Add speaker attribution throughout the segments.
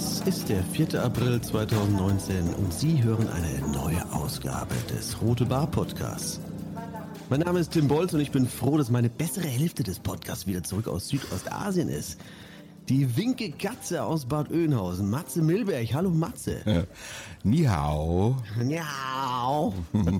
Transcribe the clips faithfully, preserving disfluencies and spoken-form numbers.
Speaker 1: Es ist der vierte April zweitausendneunzehn und Sie hören eine neue Ausgabe des Rote Bar Podcasts. Mein Name ist Tim Bolz und ich bin froh, dass meine bessere Hälfte des Podcasts wieder zurück aus Südostasien ist. Die winke Katze aus Bad Oeynhausen, Matze Milberg. Hallo Matze.
Speaker 2: Ni hao.
Speaker 1: Miau.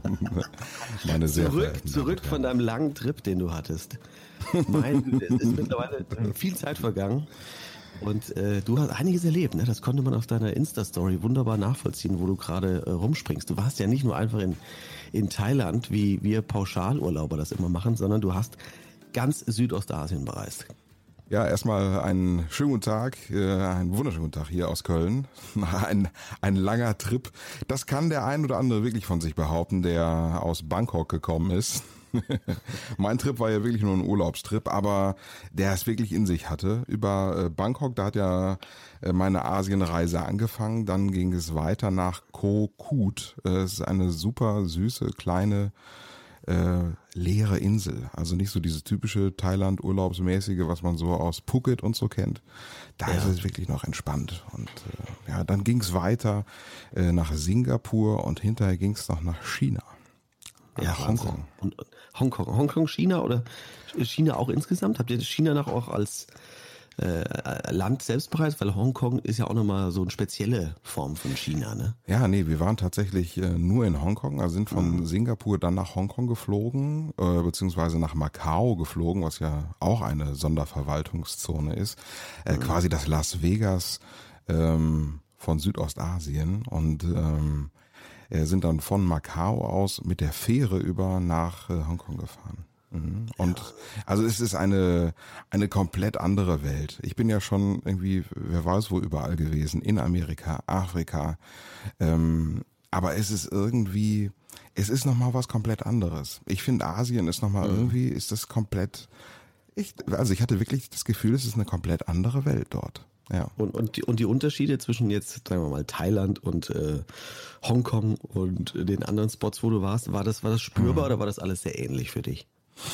Speaker 2: Meine sehr
Speaker 1: Zurück, zurück von deinem langen Trip, den du hattest. Mein Güte, es ist mittlerweile viel Zeit vergangen. Und äh, du hast einiges erlebt, ne? Das konnte man auf deiner Insta-Story wunderbar nachvollziehen, wo du gerade äh, rumspringst. Du warst ja nicht nur einfach in, in Thailand, wie wir Pauschalurlauber das immer machen, sondern du hast ganz Südostasien bereist.
Speaker 2: Ja, erstmal einen schönen guten Tag, äh, einen wunderschönen guten Tag hier aus Köln. Ein, ein langer Trip. Das kann der ein oder andere wirklich von sich behaupten, der aus Bangkok gekommen ist. Mein Trip war ja wirklich nur ein Urlaubstrip, aber der es wirklich in sich hatte. Über äh, Bangkok, da hat ja äh, meine Asienreise angefangen. Dann ging es weiter nach Koh Kood. Äh, es ist eine super süße, kleine, äh, leere Insel. Also nicht so diese typische Thailand-Urlaubsmäßige, was man so aus Phuket und so kennt. Da ja. ist es wirklich noch entspannt. Und äh, ja, dann ging es weiter äh, nach Singapur und hinterher ging es noch nach China.
Speaker 1: Ja, Hongkong. Und Hongkong. Hongkong, China oder China auch insgesamt? Habt ihr China noch auch als äh, Land selbst bereist? Weil Hongkong ist ja auch nochmal so eine spezielle Form von China, ne?
Speaker 2: Ja, nee, wir waren tatsächlich äh, nur in Hongkong, also sind von mhm. Singapur dann nach Hongkong geflogen, äh, beziehungsweise nach Macau geflogen, was ja auch eine Sonderverwaltungszone ist. Äh, mhm. Quasi das Las Vegas ähm, von Südostasien und ähm, sind dann von Macau aus mit der Fähre über nach äh, Hongkong gefahren. Mhm. Und ja. also es ist eine eine komplett andere Welt. Ich bin ja schon irgendwie, wer weiß wo überall gewesen, in Amerika, Afrika, ähm, aber es ist irgendwie, es ist nochmal was komplett anderes. Ich finde Asien ist nochmal mhm. irgendwie, ist das komplett, ich, also ich hatte wirklich das Gefühl, es ist eine komplett andere Welt dort. Ja.
Speaker 1: Und, und, die, und die Unterschiede zwischen jetzt, sagen wir mal, Thailand und äh, Hongkong und den anderen Spots, wo du warst, war das, war das spürbar hm. oder war das alles sehr ähnlich für dich?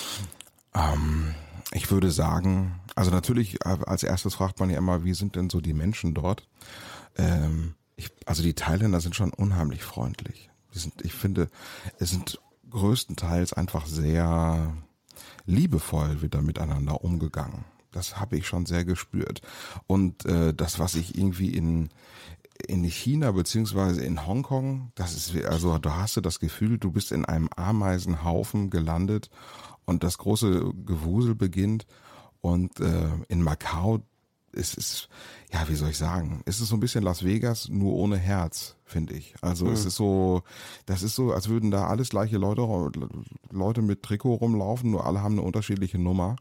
Speaker 2: Ähm, ich würde sagen, also natürlich als erstes fragt man ja immer, wie sind denn so die Menschen dort? Ähm, ich, also die Thailänder sind schon unheimlich freundlich. Die sind, ich finde, es sind größtenteils einfach sehr liebevoll wieder miteinander umgegangen. Das habe ich schon sehr gespürt. Und äh, das, was ich irgendwie in in China beziehungsweise in Hongkong, das ist, also da hast du das Gefühl, du bist in einem Ameisenhaufen gelandet und das große Gewusel beginnt. Und äh, in Macau ist es, ja, wie soll ich sagen, ist es so ein bisschen Las Vegas, nur ohne Herz, finde ich. Also mhm. es ist so, das ist so, als würden da alles gleiche Leute, Leute mit Trikot rumlaufen, nur alle haben eine unterschiedliche Nummer.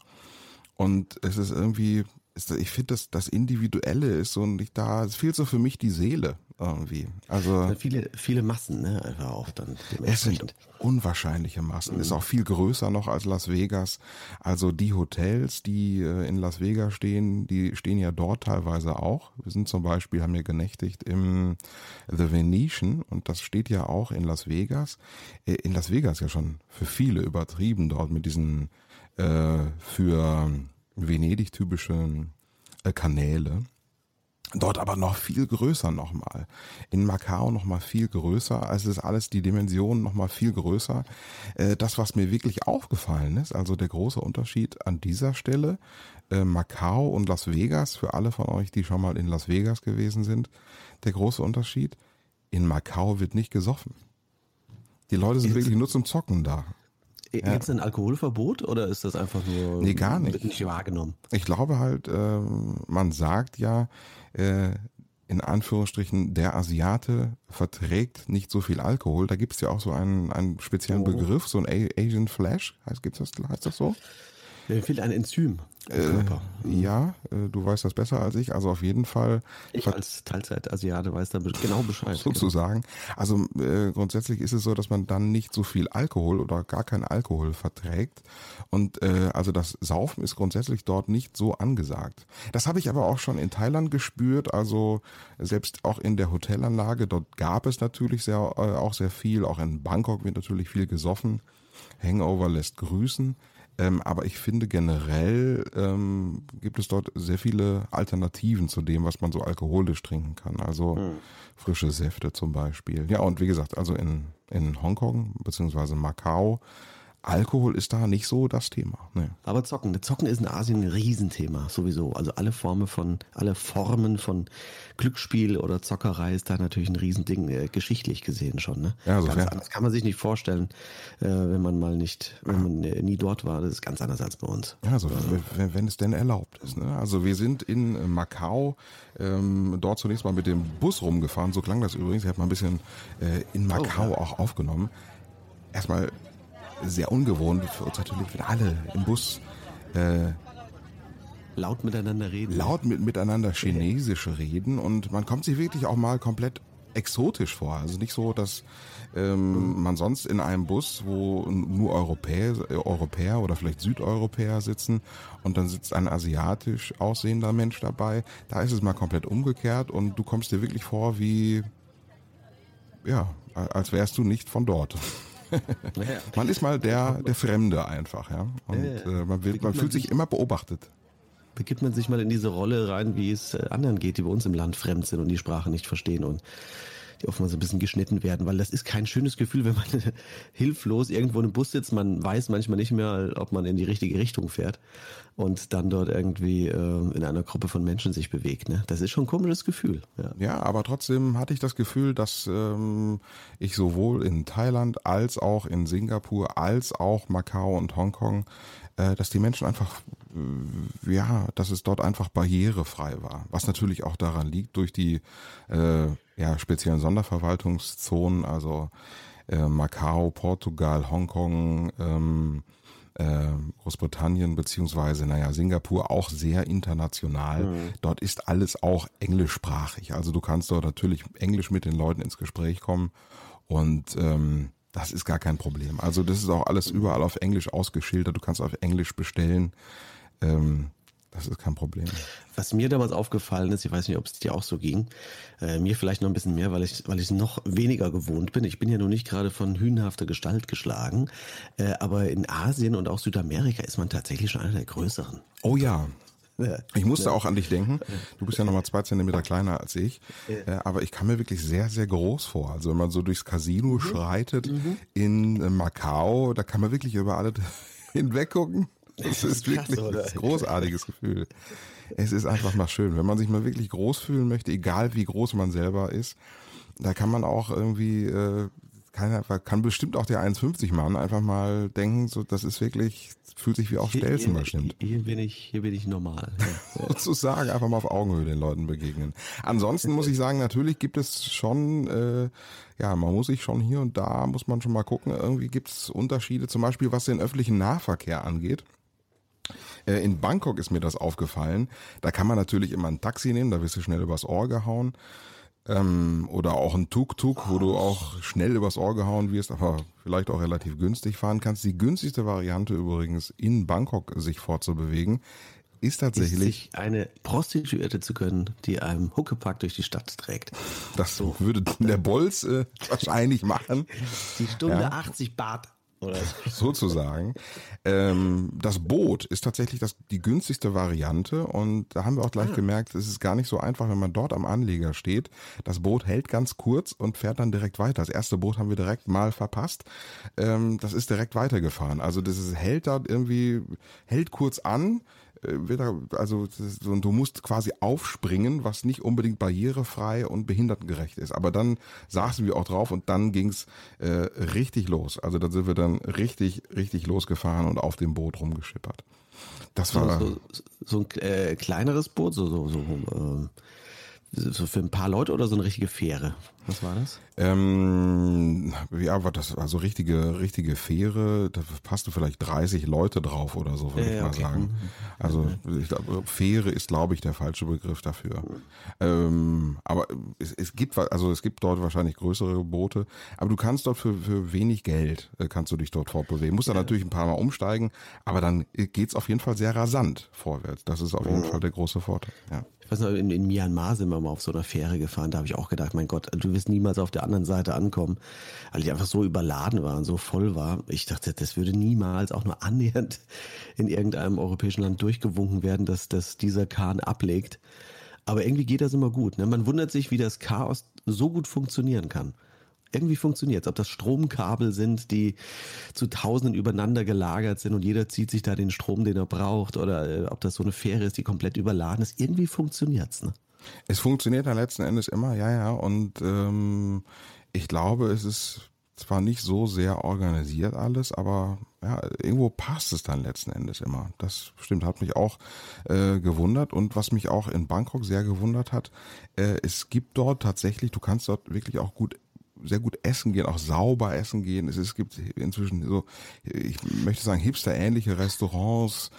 Speaker 2: Und es ist irgendwie, ich finde, das, das Individuelle ist so nicht da, es fehlt so für mich die Seele irgendwie. Also
Speaker 1: viele, viele Massen, ne, einfach auch dann.
Speaker 2: Es sind unwahrscheinliche Massen. Mhm. Ist auch viel größer noch als Las Vegas. Also die Hotels, die in Las Vegas stehen, die stehen ja dort teilweise auch. Wir sind zum Beispiel, haben wir genächtigt im The Venetian und das steht ja auch in Las Vegas. In Las Vegas ja schon für viele übertrieben dort mit diesen äh, für Venedig typischen äh, Kanäle. Dort aber noch viel größer nochmal. In Macau nochmal viel größer. Also ist alles die Dimensionen nochmal viel größer. Äh, das, was mir wirklich aufgefallen ist, also der große Unterschied an dieser Stelle, äh, Macau und Las Vegas, für alle von euch, die schon mal in Las Vegas gewesen sind, der große Unterschied, in Macau wird nicht gesoffen. Die Leute sind wirklich nur zum Zocken da.
Speaker 1: Gibt es ja. ein Alkoholverbot oder ist das einfach nur
Speaker 2: nee, gar nicht.
Speaker 1: Wird nicht wahrgenommen?
Speaker 2: Ich glaube halt, äh, man sagt ja, äh, in Anführungsstrichen, der Asiate verträgt nicht so viel Alkohol. Da gibt es ja auch so einen, einen speziellen oh. Begriff, so ein Asian Flash, heißt, gibt's das, heißt das so?
Speaker 1: Mir fehlt ein Enzym im Körper.
Speaker 2: Äh, ja, äh, du weißt das besser als ich. Also auf jeden Fall.
Speaker 1: Ich als Teilzeit-Asiate weiß da genau Bescheid.
Speaker 2: Sozusagen. Also äh, grundsätzlich ist es so, dass man dann nicht so viel Alkohol oder gar keinen Alkohol verträgt. Und äh, also das Saufen ist grundsätzlich dort nicht so angesagt. Das habe ich aber auch schon in Thailand gespürt. Also selbst auch in der Hotelanlage, dort gab es natürlich sehr, äh, auch sehr viel. Auch in Bangkok wird natürlich viel gesoffen. Hangover lässt grüßen. Ähm, aber ich finde generell ähm, gibt es dort sehr viele Alternativen zu dem, was man so alkoholisch trinken kann. Also hm. frische Säfte zum Beispiel. Ja, und wie gesagt, also in, in Hongkong beziehungsweise Macau, Alkohol ist da nicht so das Thema. Nee.
Speaker 1: Aber Zocken, Zocken ist in Asien ein Riesenthema sowieso. Also alle Formen von, alle Formen von Glücksspiel oder Zockerei ist da natürlich ein Riesending, äh, geschichtlich gesehen schon. Ne?
Speaker 2: Ja, so
Speaker 1: ganz anders kann man sich nicht vorstellen, äh, wenn man mal nicht, wenn man äh, nie dort war. Das ist ganz anders als bei uns.
Speaker 2: Ja, also also. Wenn, wenn es denn erlaubt ist. Ne? Also wir sind in Macau ähm, dort zunächst mal mit dem Bus rumgefahren. So klang das übrigens. Ich habe mal ein bisschen äh, in Macau oh, ja. auch aufgenommen. Erstmal sehr ungewohnt für uns natürlich, wenn alle im Bus äh,
Speaker 1: laut miteinander reden.
Speaker 2: Laut mit, miteinander Chinesisch reden und man kommt sich wirklich auch mal komplett exotisch vor. Also nicht so, dass ähm, mhm. man sonst in einem Bus, wo nur Europäer, Europäer oder vielleicht Südeuropäer sitzen und dann sitzt ein asiatisch aussehender Mensch dabei. Da ist es mal komplett umgekehrt und du kommst dir wirklich vor wie, ja, als wärst du nicht von dort. Naja. Man ist mal der, der Fremde einfach, ja. Und ja, ja. Äh, man, wird, man fühlt sich immer beobachtet.
Speaker 1: Begibt man sich mal in diese Rolle rein, wie es anderen geht, die bei uns im Land fremd sind und die Sprache nicht verstehen und die oftmals ein bisschen geschnitten werden, weil das ist kein schönes Gefühl, wenn man hilflos irgendwo in einem Bus sitzt. Man weiß manchmal nicht mehr, ob man in die richtige Richtung fährt und dann dort irgendwie äh, in einer Gruppe von Menschen sich bewegt. Ne? Das ist schon ein komisches Gefühl. Ja,
Speaker 2: ja, aber trotzdem hatte ich das Gefühl, dass ähm, ich sowohl in Thailand als auch in Singapur als auch Macau und Hongkong, äh, dass die Menschen einfach, äh, ja, dass es dort einfach barrierefrei war. Was natürlich auch daran liegt, durch die äh, ja, speziellen Sonderverwaltungszonen, also äh, Macau, Portugal, Hongkong, ähm, äh, Großbritannien beziehungsweise, naja, Singapur auch sehr international. Mhm. Dort ist alles auch englischsprachig. Also du kannst dort natürlich Englisch mit den Leuten ins Gespräch kommen und ähm, das ist gar kein Problem. Also das ist auch alles überall auf Englisch ausgeschildert. Du kannst auf Englisch bestellen. Ähm, Das ist kein Problem.
Speaker 1: Was mir damals aufgefallen ist, ich weiß nicht, ob es dir auch so ging, äh, mir vielleicht noch ein bisschen mehr, weil ich weil ich noch weniger gewohnt bin. Ich bin ja noch nicht gerade von hünenhafter Gestalt geschlagen, äh, aber in Asien und auch Südamerika ist man tatsächlich schon einer der größeren.
Speaker 2: Oh ja. Ich musste ja. auch an dich denken. Du bist ja nochmal zwei Zentimeter kleiner als ich. Ja. Aber ich kam mir wirklich sehr, sehr groß vor. Also wenn man so durchs Casino mhm. schreitet mhm. in Macau, da kann man wirklich über alle hinweg gucken. Das ist wirklich ein großartiges Gefühl. Es ist einfach mal schön. Wenn man sich mal wirklich groß fühlen möchte, egal wie groß man selber ist, da kann man auch irgendwie, äh, kann, kann bestimmt auch der eins fünfzig Mann einfach mal denken, so, das ist wirklich, fühlt sich wie auf Stelzen bestimmt.
Speaker 1: Hier bin ich, hier bin ich normal.
Speaker 2: Ja. Sozusagen einfach mal auf Augenhöhe den Leuten begegnen. Ansonsten muss ich sagen, natürlich gibt es schon, äh, ja, man muss sich schon hier und da, muss man schon mal gucken, irgendwie gibt es Unterschiede, zum Beispiel was den öffentlichen Nahverkehr angeht. In Bangkok ist mir das aufgefallen. Da kann man natürlich immer ein Taxi nehmen, da wirst du schnell übers Ohr gehauen. Ähm, oder auch ein Tuk-Tuk, wo du auch schnell übers Ohr gehauen wirst, aber vielleicht auch relativ günstig fahren kannst. Die günstigste Variante übrigens, in Bangkok sich fortzubewegen, ist tatsächlich... Ist
Speaker 1: sich eine Prostituierte zu gönnen, die einem Huckepack durch die Stadt trägt.
Speaker 2: Das so. würde der Bolz äh, wahrscheinlich machen.
Speaker 1: Die Stunde ja. achtzig Baht. Oder
Speaker 2: sozusagen. Ähm, das Boot ist tatsächlich das, die günstigste Variante und da haben wir auch gleich ah. gemerkt, es ist gar nicht so einfach, wenn man dort am Anleger steht. Das Boot hält ganz kurz und fährt dann direkt weiter. Das erste Boot haben wir direkt mal verpasst. Ähm, das ist direkt weitergefahren. Also das ist, hält da irgendwie, hält kurz an, also du musst quasi aufspringen, was nicht unbedingt barrierefrei und behindertengerecht ist. Aber dann saßen wir auch drauf und dann ging's äh, richtig los. Also dann sind wir dann richtig, richtig losgefahren und auf dem Boot rumgeschippert. Das war
Speaker 1: so, so, so ein äh, kleineres Boot, so so so, äh, so für ein paar Leute oder so eine richtige Fähre? Was war das?
Speaker 2: Ähm, ja, war das also richtige, richtige Fähre, da passte vielleicht dreißig Leute drauf oder so, würde äh, ich mal okay. sagen. Also ich glaube, Fähre ist, glaube ich, der falsche Begriff dafür. Mhm. Ähm, aber es, es gibt, also es gibt dort wahrscheinlich größere Boote, aber du kannst dort für, für wenig Geld, äh, kannst du dich dort fortbewegen. Musst dann ja. natürlich ein paar Mal umsteigen, aber dann geht's auf jeden Fall sehr rasant vorwärts. Das ist auf jeden mhm. Fall der große Vorteil, ja.
Speaker 1: Ich weiß noch, in, in Myanmar sind wir wir mal auf so einer Fähre gefahren. Da habe ich auch gedacht, mein Gott, du wirst niemals auf der anderen Seite ankommen, weil die einfach so überladen war und so voll war. Ich dachte, das würde niemals auch nur annähernd in irgendeinem europäischen Land durchgewunken werden, dass, dass dieser Kahn ablegt. Aber irgendwie geht das immer gut. Ne? Man wundert sich, wie das Chaos so gut funktionieren kann. Irgendwie funktioniert es. Ob das Stromkabel sind, die zu Tausenden übereinander gelagert sind und jeder zieht sich da den Strom, den er braucht, oder äh, ob das so eine Fähre ist, die komplett überladen ist. Irgendwie funktioniert es. Ne?
Speaker 2: Es funktioniert dann letzten Endes immer, ja, ja. Und ähm, ich glaube, es ist zwar nicht so sehr organisiert alles, aber ja, irgendwo passt es dann letzten Endes immer. Das stimmt, hat mich auch äh, gewundert. Und was mich auch in Bangkok sehr gewundert hat, äh, es gibt dort tatsächlich, du kannst dort wirklich auch gut sehr gut essen gehen, auch sauber essen gehen. Es, es gibt inzwischen so, ich möchte sagen, hipster-ähnliche Restaurants,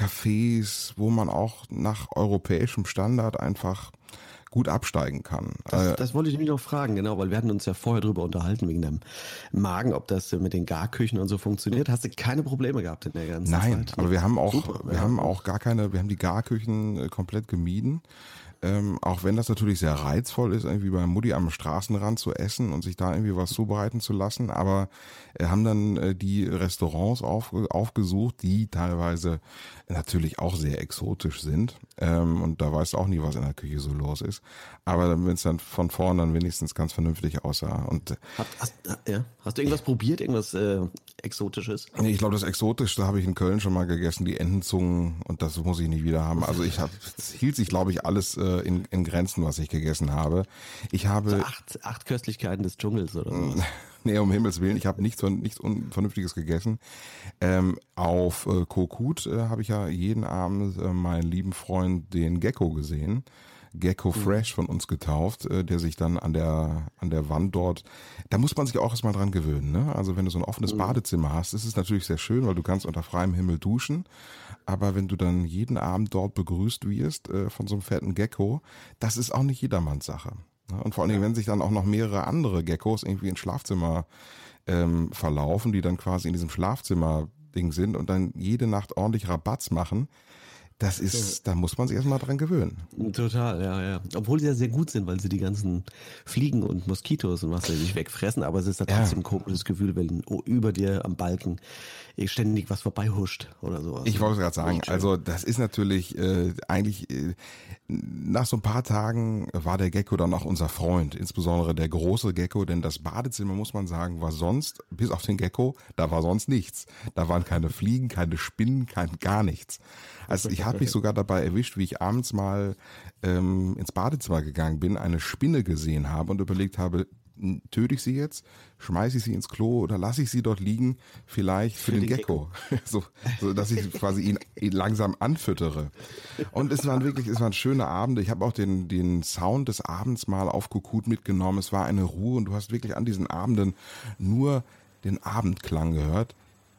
Speaker 2: Cafés, wo man auch nach europäischem Standard einfach gut absteigen kann.
Speaker 1: Das, das wollte ich mich noch fragen, genau, weil wir hatten uns ja vorher drüber unterhalten wegen dem Magen, ob das mit den Garküchen und so funktioniert. Hast du keine Probleme gehabt in der ganzen
Speaker 2: Nein,
Speaker 1: Zeit?
Speaker 2: Nein, aber wir haben auch,
Speaker 1: Super,
Speaker 2: wir
Speaker 1: ja.
Speaker 2: haben auch gar keine, wir haben die Garküchen komplett gemieden. Ähm, auch wenn das natürlich sehr reizvoll ist, irgendwie bei Mutti am Straßenrand zu essen und sich da irgendwie was zubereiten zu lassen, aber äh, haben dann äh, die Restaurants auf, aufgesucht, die teilweise natürlich auch sehr exotisch sind, ähm, und da weißt du auch nie, was in der Küche so los ist, aber wenn es dann von vorn dann wenigstens ganz vernünftig aussah. Und
Speaker 1: Hast, hast, ja. hast du irgendwas probiert, irgendwas äh, Exotisches?
Speaker 2: ich glaube, das Exotischste habe ich in Köln schon mal gegessen, die Entenzungen, und das muss ich nicht wieder haben. Also ich habe, es hielt sich, glaube ich, alles äh, in, in Grenzen, was ich gegessen habe. Ich habe
Speaker 1: so acht, acht Köstlichkeiten des Dschungels oder so.
Speaker 2: Nee, um Himmels Willen, ich habe nichts, nichts Unvernünftiges gegessen. Ähm, auf äh, Koh Koot äh, habe ich ja jeden Abend äh, meinen lieben Freund, den Gecko, gesehen. Gecko Fresh von uns getauft, äh, der sich dann an der an der Wand dort, da muss man sich auch erstmal dran gewöhnen. Ne? Also wenn du so ein offenes Badezimmer hast, ist es natürlich sehr schön, weil du kannst unter freiem Himmel duschen. Aber wenn du dann jeden Abend dort begrüßt wirst äh, von so einem fetten Gecko, das ist auch nicht jedermanns Sache. Und vor allen Dingen, wenn sich dann auch noch mehrere andere Geckos irgendwie ins Schlafzimmer ähm, verlaufen, die dann quasi in diesem Schlafzimmer-Ding sind und dann jede Nacht ordentlich Rabatz machen, das ist, da muss man sich erstmal dran gewöhnen.
Speaker 1: Total, ja, ja. Obwohl sie ja sehr gut sind, weil sie die ganzen Fliegen und Moskitos und was sie sich wegfressen, aber es ist da trotzdem ein komisches Gefühl, wenn über dir am Balken ständig was vorbeihuscht oder sowas.
Speaker 2: Ich wollte es gerade sagen, also das ist natürlich äh, eigentlich, äh, nach so ein paar Tagen war der Gecko dann auch unser Freund, insbesondere der große Gecko, denn das Badezimmer, muss man sagen, war sonst, bis auf den Gecko, da war sonst nichts. Da waren keine Fliegen, keine Spinnen, kein gar nichts. Also ich habe mich sogar dabei erwischt, wie ich abends mal ähm, ins Badezimmer gegangen bin, eine Spinne gesehen habe und überlegt habe, töte ich sie jetzt, schmeiße ich sie ins Klo oder lasse ich sie dort liegen, vielleicht für, für den, den Gecko, Gecko. so, so dass ich quasi ihn, ihn langsam anfüttere. Und es waren wirklich, es waren schöne Abende. Ich habe auch den den Sound des Abends mal auf Koh Koot mitgenommen. Es war eine Ruhe und du hast wirklich an diesen Abenden nur den Abendklang gehört.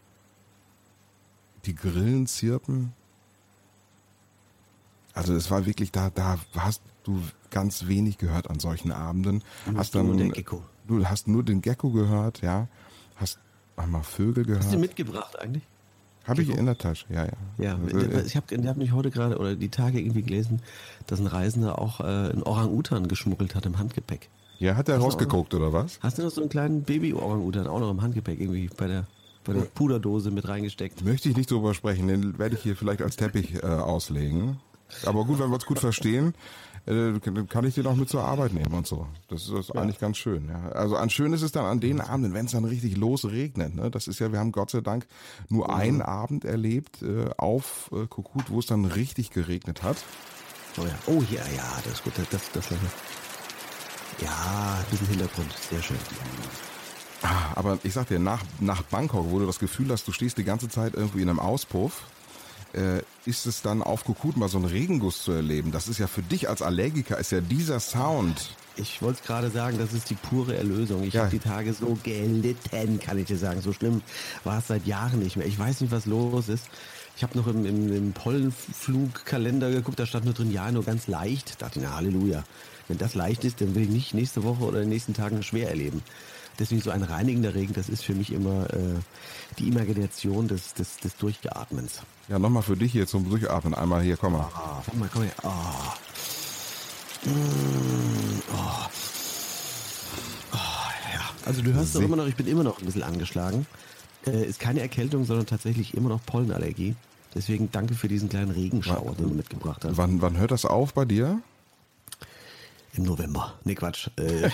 Speaker 2: Die Grillen zirpen. Also es war wirklich, da da hast du ganz wenig gehört an solchen Abenden.
Speaker 1: Und
Speaker 2: hast dann,
Speaker 1: der Gecko.
Speaker 2: Du hast nur den Gecko gehört, ja. Hast einmal Vögel gehört.
Speaker 1: Hast du mitgebracht eigentlich?
Speaker 2: Habe ich in der Tasche, ja, ja.
Speaker 1: Ja,
Speaker 2: also,
Speaker 1: ich habe ich hab nicht heute gerade oder die Tage irgendwie gelesen, dass ein Reisender auch äh, einen Orang-Utan geschmuggelt hat im Handgepäck.
Speaker 2: Ja, hat er rausgeguckt oder was?
Speaker 1: Hast du noch so einen kleinen Baby-Orang-Utan auch noch im Handgepäck irgendwie bei der bei der Puderdose mit reingesteckt?
Speaker 2: Möchte ich nicht drüber sprechen, den werde ich hier vielleicht als Teppich äh, auslegen. Aber gut, wenn wir uns gut verstehen, äh, kann ich den auch mit zur Arbeit nehmen und so. Das ist, das ist ja. eigentlich ganz schön. Ja. Also an schön ist es dann an den Abenden, wenn es dann richtig losregnet. Ne? Das ist ja, wir haben Gott sei Dank nur mhm. einen Abend erlebt äh, auf äh, Koh Koot, wo es dann richtig geregnet hat.
Speaker 1: Oh ja, oh ja, ja, das ist gut. Das, das, das, ja, ein bisschen Hintergrund, sehr schön.
Speaker 2: Ah, aber ich sag dir, nach, nach Bangkok, wo du das Gefühl hast, du stehst die ganze Zeit irgendwie in einem Auspuff, Äh, ist es dann auf Koh Koot mal so einen Regenguss zu erleben? Das ist ja für dich als Allergiker, ist ja dieser Sound.
Speaker 1: Ich wollte es gerade sagen, das ist die pure Erlösung. Ich
Speaker 2: ja.
Speaker 1: habe die Tage so gelitten, kann ich dir sagen. So schlimm war es seit Jahren nicht mehr. Ich weiß nicht, was los ist. Ich habe noch im, im, im Pollenflugkalender geguckt, da stand nur drin, ja, nur ganz leicht. Da dachte ich, na Halleluja. Wenn das leicht ist, dann will ich nicht nächste Woche oder in den nächsten Tagen schwer erleben. Deswegen so ein reinigender Regen, das ist für mich immer äh, die Imagination des, des, des Durchgeatmens.
Speaker 2: Ja, nochmal für dich hier zum Durchatmen. Einmal hier, komm mal.
Speaker 1: Ah, komm mal, komm her. Ah. Oh. Oh, ja. Also du hörst doch immer noch, ich bin immer noch ein bisschen angeschlagen. Äh, ist keine Erkältung, sondern tatsächlich immer noch Pollenallergie. Deswegen danke für diesen kleinen Regenschauer, den du mitgebracht hast.
Speaker 2: Wann, wann hört das auf bei dir?
Speaker 1: Im November. Nee, Quatsch. Äh,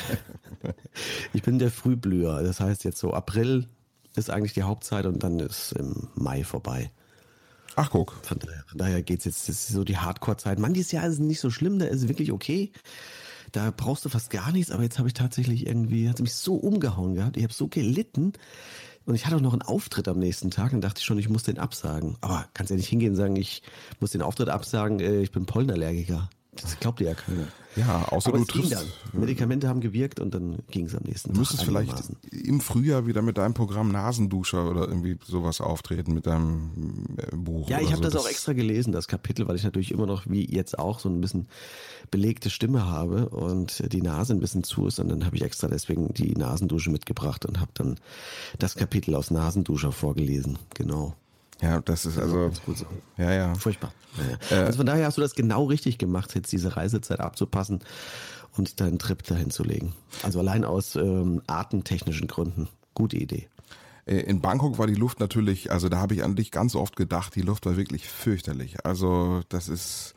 Speaker 1: ich bin der Frühblüher. Das heißt jetzt so April ist eigentlich die Hauptzeit und dann ist im Mai vorbei.
Speaker 2: Ach, guck.
Speaker 1: Von daher, von daher geht's jetzt, das ist so die Hardcore-Zeit. Manches Jahr ist es nicht so schlimm, da ist es wirklich okay. Da brauchst du fast gar nichts, aber jetzt habe ich tatsächlich irgendwie, hat mich so umgehauen gehabt, ich habe so gelitten und ich hatte auch noch einen Auftritt am nächsten Tag und dachte ich schon, ich muss den absagen. Aber kannst ja nicht hingehen und sagen, ich muss den Auftritt absagen, ich bin Pollenallergiker. Das glaubt dir ja keiner.
Speaker 2: Ja, außer
Speaker 1: aber
Speaker 2: du
Speaker 1: es ging
Speaker 2: triffst.
Speaker 1: dann. Medikamente haben gewirkt und dann ging es am nächsten Tag.
Speaker 2: Du müsstest vielleicht im Frühjahr wieder mit deinem Programm Nasenduscher oder irgendwie sowas auftreten mit deinem Buch.
Speaker 1: Ja, ich habe
Speaker 2: so.
Speaker 1: das auch extra gelesen, das Kapitel, weil ich natürlich immer noch, wie jetzt auch, so ein bisschen belegte Stimme habe und die Nase ein bisschen zu ist. Und dann habe ich extra deswegen die Nasendusche mitgebracht und habe dann das Kapitel aus Nasenduscher vorgelesen. Genau.
Speaker 2: Ja, das ist also,
Speaker 1: ganz gut so.
Speaker 2: ja, ja.
Speaker 1: Furchtbar. Ja, ja. Also von daher hast du das genau richtig gemacht, jetzt diese Reisezeit abzupassen und deinen Trip dahin zu legen. Also allein aus ähm, artentechnischen Gründen. Gute Idee.
Speaker 2: In Bangkok war die Luft natürlich, also da habe ich an dich ganz oft gedacht, die Luft war wirklich fürchterlich. Also das ist,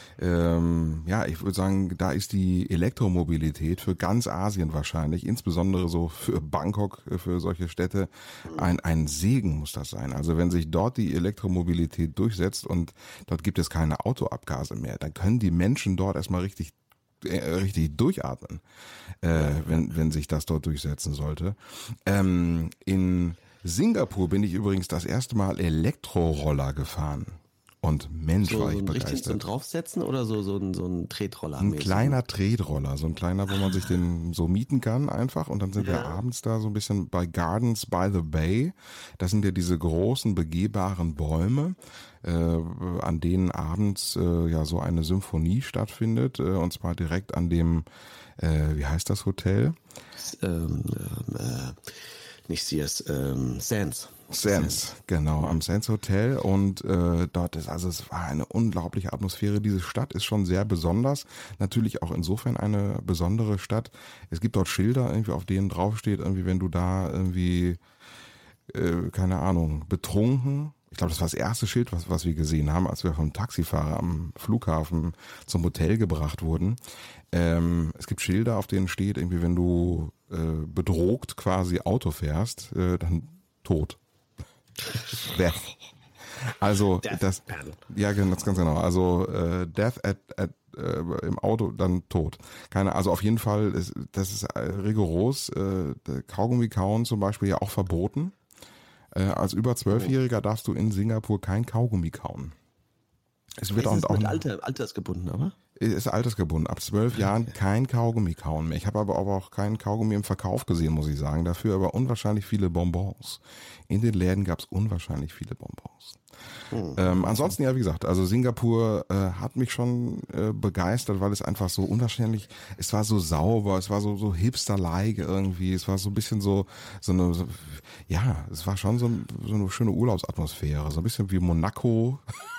Speaker 2: ähm, ja, ich würde sagen, da ist die Elektromobilität für ganz Asien wahrscheinlich, insbesondere so für Bangkok, für solche Städte, ein, ein Segen muss das sein. Also wenn sich dort die Elektromobilität durchsetzt und dort gibt es keine Autoabgase mehr, dann können die Menschen dort erstmal richtig richtig durchatmen, äh, wenn, wenn sich das dort durchsetzen sollte. Ähm, in Singapur bin ich übrigens das erste Mal Elektroroller gefahren. Und Mensch,
Speaker 1: so,
Speaker 2: war ich
Speaker 1: so ein
Speaker 2: begeistert.
Speaker 1: Richtig zum Draufsetzen oder so, so ein, so ein Tretroller?
Speaker 2: Ein kleiner Tretroller, so ein kleiner, wo man sich den so mieten kann einfach. Und dann sind ja. wir abends da so ein bisschen bei Gardens by the Bay. Das sind ja diese großen begehbaren Bäume, äh, an denen abends äh, ja so eine Symphonie stattfindet. Äh, und zwar direkt an dem, äh, wie heißt das Hotel?
Speaker 1: Ähm, äh, nicht Sears, ähm, Sands.
Speaker 2: Sands, genau, am Sands Hotel und äh, dort ist, also es war eine unglaubliche Atmosphäre. Diese Stadt ist schon sehr besonders, natürlich auch insofern eine besondere Stadt. Es gibt dort Schilder, irgendwie auf denen draufsteht, irgendwie wenn du da irgendwie, äh, keine Ahnung, betrunken, ich glaube, das war das erste Schild, was, was wir gesehen haben, als wir vom Taxifahrer am Flughafen zum Hotel gebracht wurden. Ähm, es gibt Schilder, auf denen steht, irgendwie wenn du äh, bedroht quasi Auto fährst, äh, dann tot. Death. Also
Speaker 1: Death.
Speaker 2: das, ja, ganz, ganz genau. Also äh, Death at, at äh, im Auto, dann tot. Keine, also auf jeden Fall, ist, das ist äh, rigoros. Äh, Kaugummi kauen zum Beispiel ja auch verboten. Äh, als über zwölfjähriger darfst du in Singapur kein Kaugummi kauen. Es wird
Speaker 1: ist
Speaker 2: auch, auch
Speaker 1: mit Alter, altersgebunden, aber?
Speaker 2: Ist altersgebunden. Ab zwölf Jahren kein Kaugummi kauen mehr. Ich habe aber auch keinen Kaugummi im Verkauf gesehen, muss ich sagen. Dafür aber unwahrscheinlich viele Bonbons. In den Läden gab es unwahrscheinlich viele Bonbons. Hm. Ähm, ansonsten, ja, wie gesagt, also Singapur äh, hat mich schon äh, begeistert, weil es einfach so unwahrscheinlich, es war so sauber, es war so, so hipster-like irgendwie, es war so ein bisschen so, so eine, so, ja, es war schon so, so eine schöne Urlaubsatmosphäre, so ein bisschen wie Monaco.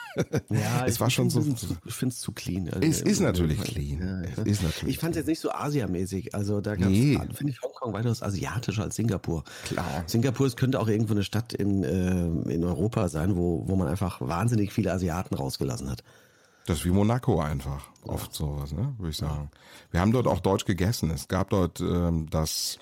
Speaker 1: Ja,
Speaker 2: es war schon so.
Speaker 1: Zu, ich finde es zu clean. Also,
Speaker 2: es ist natürlich clean. Ja,
Speaker 1: ja.
Speaker 2: Es ist natürlich
Speaker 1: ich fand es jetzt nicht so Asia-mäßig. Also da gab's,
Speaker 2: nee.
Speaker 1: finde ich Hongkong weitaus asiatischer als Singapur.
Speaker 2: Klar.
Speaker 1: Singapur, es könnte auch irgendwo eine Stadt in, äh, in Europa sein, wo, wo man einfach wahnsinnig viele Asiaten rausgelassen hat.
Speaker 2: Das ist wie Monaco einfach. Ja. Oft sowas, ne? Würde ich sagen. Ja. Wir haben dort auch Deutsch gegessen. Es gab dort ähm, das,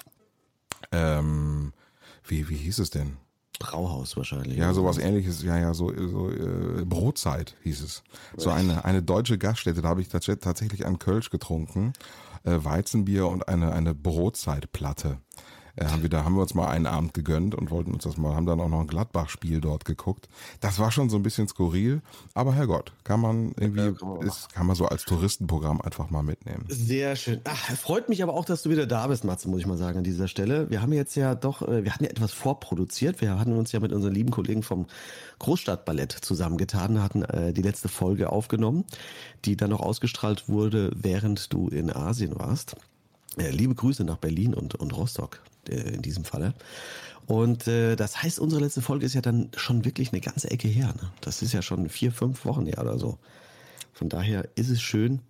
Speaker 2: ähm, wie, wie hieß es denn?
Speaker 1: Brauhaus wahrscheinlich.
Speaker 2: Ja, sowas ähnliches, ja, ja, so, so äh, Brotzeit hieß es. So eine, eine deutsche Gaststätte, da habe ich tatsächlich einen Kölsch getrunken, äh, Weizenbier und eine, eine Brotzeitplatte. Äh, haben wir, da haben wir uns mal einen Abend gegönnt und wollten uns das mal, haben dann auch noch ein Gladbach-Spiel dort geguckt. Das war schon so ein bisschen skurril, aber Herrgott, kann man irgendwie, ja, kann, man ist, kann man so als Touristenprogramm einfach mal mitnehmen.
Speaker 1: Sehr schön. Ach, freut mich aber auch, dass du wieder da bist, Matze, muss ich mal sagen, an dieser Stelle. Wir haben jetzt ja doch, wir hatten ja etwas vorproduziert. Wir hatten uns ja mit unseren lieben Kollegen vom Großstadtballett zusammengetan, hatten äh, die letzte Folge aufgenommen, die dann noch ausgestrahlt wurde, während du in Asien warst. Äh, liebe Grüße nach Berlin und, und Rostock äh, in diesem Falle. Und äh, das heißt, unsere letzte Folge ist ja dann schon wirklich eine ganze Ecke her. Ne? Das ist ja schon vier, fünf Wochen her oder so. Von daher ist es schön,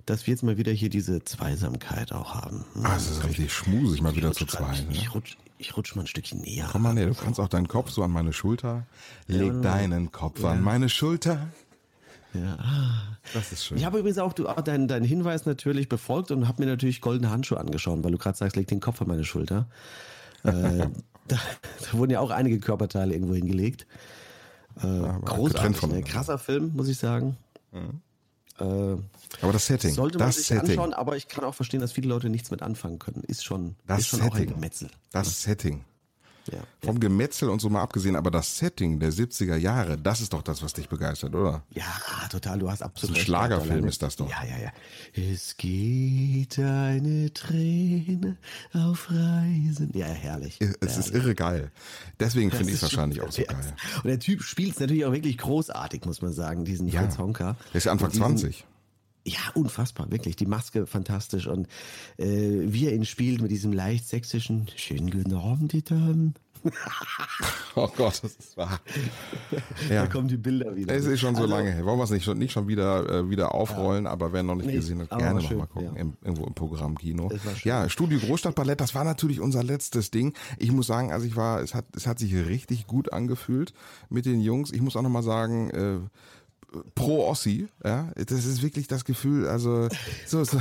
Speaker 1: dass wir jetzt mal wieder hier diese Zweisamkeit auch haben.
Speaker 2: Ah, es ist richtig schmusig, mal wieder zu
Speaker 1: rutsch-
Speaker 2: zweit.
Speaker 1: Ich,
Speaker 2: Ne?
Speaker 1: ich rutsch, ich rutsch mal ein Stückchen näher.
Speaker 2: Komm mal näher, du kannst auch deinen Kopf so an meine Schulter. Leg
Speaker 1: Ja.
Speaker 2: deinen Kopf
Speaker 1: Ja.
Speaker 2: an meine Schulter.
Speaker 1: Ja.
Speaker 2: Das ist schön.
Speaker 1: Ich habe übrigens auch du, auch deinen, deinen Hinweis natürlich befolgt und habe mir natürlich goldene Handschuhe angeschaut, weil du gerade sagst, leg den Kopf an meine Schulter. äh, da, da wurden ja auch einige Körperteile irgendwo hingelegt. Äh,
Speaker 2: getrennt
Speaker 1: großartig, ne?
Speaker 2: voneinander.
Speaker 1: Krasser Film, muss ich sagen.
Speaker 2: Mhm.
Speaker 1: Äh,
Speaker 2: Aber das Setting,
Speaker 1: sollte man
Speaker 2: das
Speaker 1: sich
Speaker 2: Setting,
Speaker 1: anschauen, aber ich kann auch verstehen, dass viele Leute nichts mit anfangen können. Ist schon,
Speaker 2: Das
Speaker 1: ist schon auch ein
Speaker 2: Setting.
Speaker 1: Gemetzel.
Speaker 2: das Setting.
Speaker 1: Ja.
Speaker 2: Vom Gemetzel und so mal abgesehen, aber das Setting der siebziger Jahre, das ist doch das, was dich begeistert, oder?
Speaker 1: Ja, total, du hast absolut
Speaker 2: ein
Speaker 1: recht.
Speaker 2: Schlagerfilm
Speaker 1: Alleine-
Speaker 2: ist das doch.
Speaker 1: Ja, ja, ja. Es geht eine Träne auf Reisen. Ja, herrlich.
Speaker 2: Es
Speaker 1: herrlich.
Speaker 2: ist irre geil. Deswegen finde ich es
Speaker 1: Das ist
Speaker 2: wahrscheinlich
Speaker 1: schon-
Speaker 2: auch so
Speaker 1: der-
Speaker 2: geil.
Speaker 1: Und der Typ spielt es natürlich auch wirklich großartig, muss man sagen, diesen
Speaker 2: Ja.
Speaker 1: Fritz Honka.
Speaker 2: Der ist ja Anfang
Speaker 1: Und diesen-
Speaker 2: zwanzig.
Speaker 1: Ja, unfassbar, wirklich. Die Maske fantastisch und äh, wie er ihn spielt mit diesem leicht sächsischen schönen guten Abend, die Damen.
Speaker 2: Oh Gott, das ist wahr. Ja.
Speaker 1: Da kommen die Bilder wieder.
Speaker 2: Es ist schon so
Speaker 1: Also,
Speaker 2: lange her. Wollen wir es nicht schon, nicht schon wieder, äh, wieder aufrollen, aber wer noch nicht
Speaker 1: Nee,
Speaker 2: gesehen hat,
Speaker 1: aber
Speaker 2: gerne
Speaker 1: war
Speaker 2: noch
Speaker 1: schön,
Speaker 2: mal gucken.
Speaker 1: ja.
Speaker 2: Im, irgendwo im Programm Kino.
Speaker 1: Es war schön.
Speaker 2: Ja, Studio Großstadtballett, das war natürlich unser letztes Ding. Ich muss sagen, also ich war, es hat, es hat sich richtig gut angefühlt mit den Jungs. Ich muss auch noch mal sagen, äh, pro Ossi, ja, das ist wirklich das Gefühl, also so, so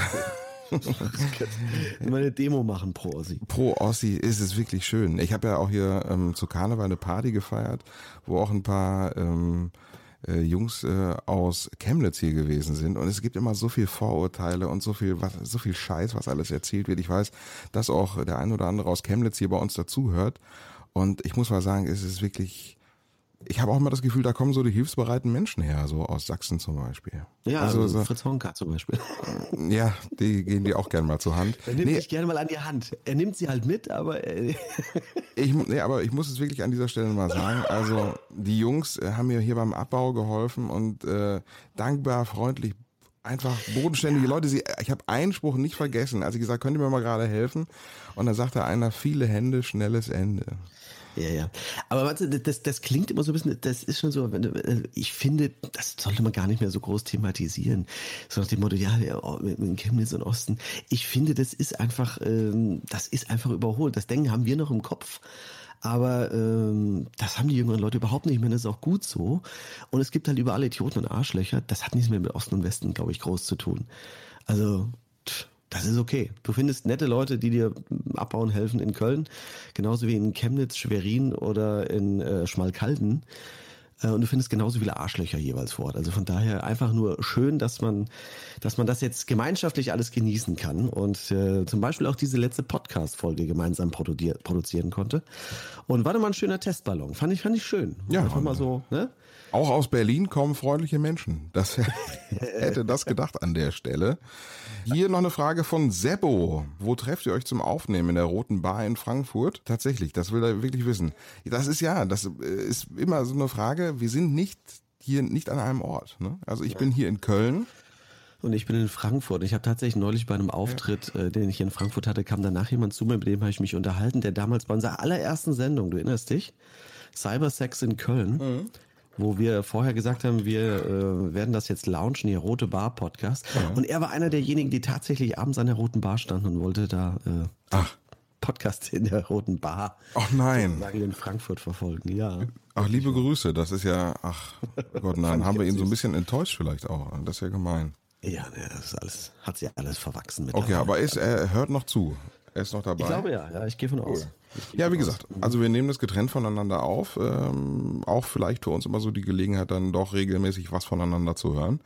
Speaker 1: Mal eine Demo machen pro Ossi.
Speaker 2: pro Ossi ist es wirklich schön. Ich habe ja auch hier ähm, zu Karneval eine Party gefeiert, wo auch ein paar ähm, äh, Jungs äh, aus Chemnitz hier gewesen sind. Und es gibt immer so viel Vorurteile und so viel, was, so viel Scheiß, was alles erzählt wird. Ich weiß, dass auch der ein oder andere aus Chemnitz hier bei uns dazuhört. Und ich muss mal sagen, es ist wirklich. Ich habe auch immer das Gefühl, da kommen so die hilfsbereiten Menschen her, so aus Sachsen zum Beispiel.
Speaker 1: Ja,
Speaker 2: also,
Speaker 1: also
Speaker 2: so,
Speaker 1: Fritz Honka zum Beispiel.
Speaker 2: ja, die gehen die auch gerne mal zur Hand.
Speaker 1: Er nimmt
Speaker 2: Nee,
Speaker 1: dich gerne mal an die Hand. Er nimmt sie halt mit, aber äh,
Speaker 2: Ich, nee, aber ich muss es wirklich an dieser Stelle mal sagen. Also die Jungs äh, haben mir hier beim Abbau geholfen und äh, dankbar, freundlich, einfach bodenständige Leute. Sie, ich habe einen Spruch nicht vergessen, als ich gesagt, könnt ihr mir mal gerade helfen? Und dann sagte einer, viele Hände, schnelles Ende.
Speaker 1: ja, ja. Aber warte, das, das klingt immer so ein bisschen, das ist schon so, wenn du, ich finde, das sollte man gar nicht mehr so groß thematisieren. So nach dem Motto, ja, mit, mit Chemnitz und Osten. Ich finde, das ist einfach, ähm, das ist einfach überholt. Das Denken haben wir noch im Kopf. Aber ähm, das haben die jüngeren Leute überhaupt nicht mehr. Das ist auch gut so. Und es gibt halt überall Idioten und Arschlöcher. Das hat nichts mehr mit Osten und Westen, glaube ich, groß zu tun. Also, pff, das ist okay. Du findest nette Leute, die dir abbauen helfen in Köln, genauso wie in Chemnitz, Schwerin oder in äh, Schmalkalden. Äh, und du findest genauso viele Arschlöcher jeweils vor Ort. Also von daher einfach nur schön, dass man, dass man das jetzt gemeinschaftlich alles genießen kann und äh, zum Beispiel auch diese letzte Podcast-Folge gemeinsam produzier- produzieren konnte. Und war doch mal ein schöner Testballon. Fand ich, fand ich schön.
Speaker 2: Ja,
Speaker 1: Einfach mal so, ne?
Speaker 2: Auch aus Berlin kommen freundliche Menschen. Das hätte das gedacht an der Stelle. Hier noch eine Frage von Seppo. Wo trefft ihr euch zum Aufnehmen? In der Roten Bar in Frankfurt? Tatsächlich, das will er wirklich wissen. Das ist ja, das ist immer so eine Frage. Wir sind nicht hier nicht an einem Ort. Ne? Also ich bin hier in Köln.
Speaker 1: Und ich bin in Frankfurt. Ich habe tatsächlich neulich bei einem Auftritt, äh, den ich hier in Frankfurt hatte, kam danach jemand zu mir, mit dem habe ich mich unterhalten, der damals bei unserer allerersten Sendung, du erinnerst dich, Cybersex in Köln, mhm. wo wir vorher gesagt haben, wir äh, werden das jetzt launchen, hier Rote Bar Podcast. Ja. Und er war einer derjenigen, die tatsächlich abends an der Roten Bar standen und wollte da äh,
Speaker 2: Ach.
Speaker 1: Podcast in der Roten Bar
Speaker 2: Ach nein.
Speaker 1: in Frankfurt verfolgen. Ja.
Speaker 2: Ach, liebe Grüße, das ist ja, ach Gott, nein, haben wir ihn so ein bisschen enttäuscht vielleicht auch. Das ist ja gemein.
Speaker 1: Ja, ne, das ist alles, hat sich alles verwachsen mit.
Speaker 2: Okay, aber ist, er hört noch zu. Er ist noch dabei.
Speaker 1: Ich glaube ja, ja, ich gehe von aus.
Speaker 2: Cool. Ja, wie gesagt, also wir nehmen das getrennt voneinander auf. Ähm, auch vielleicht für uns immer so die Gelegenheit, dann doch regelmäßig was voneinander zu hören.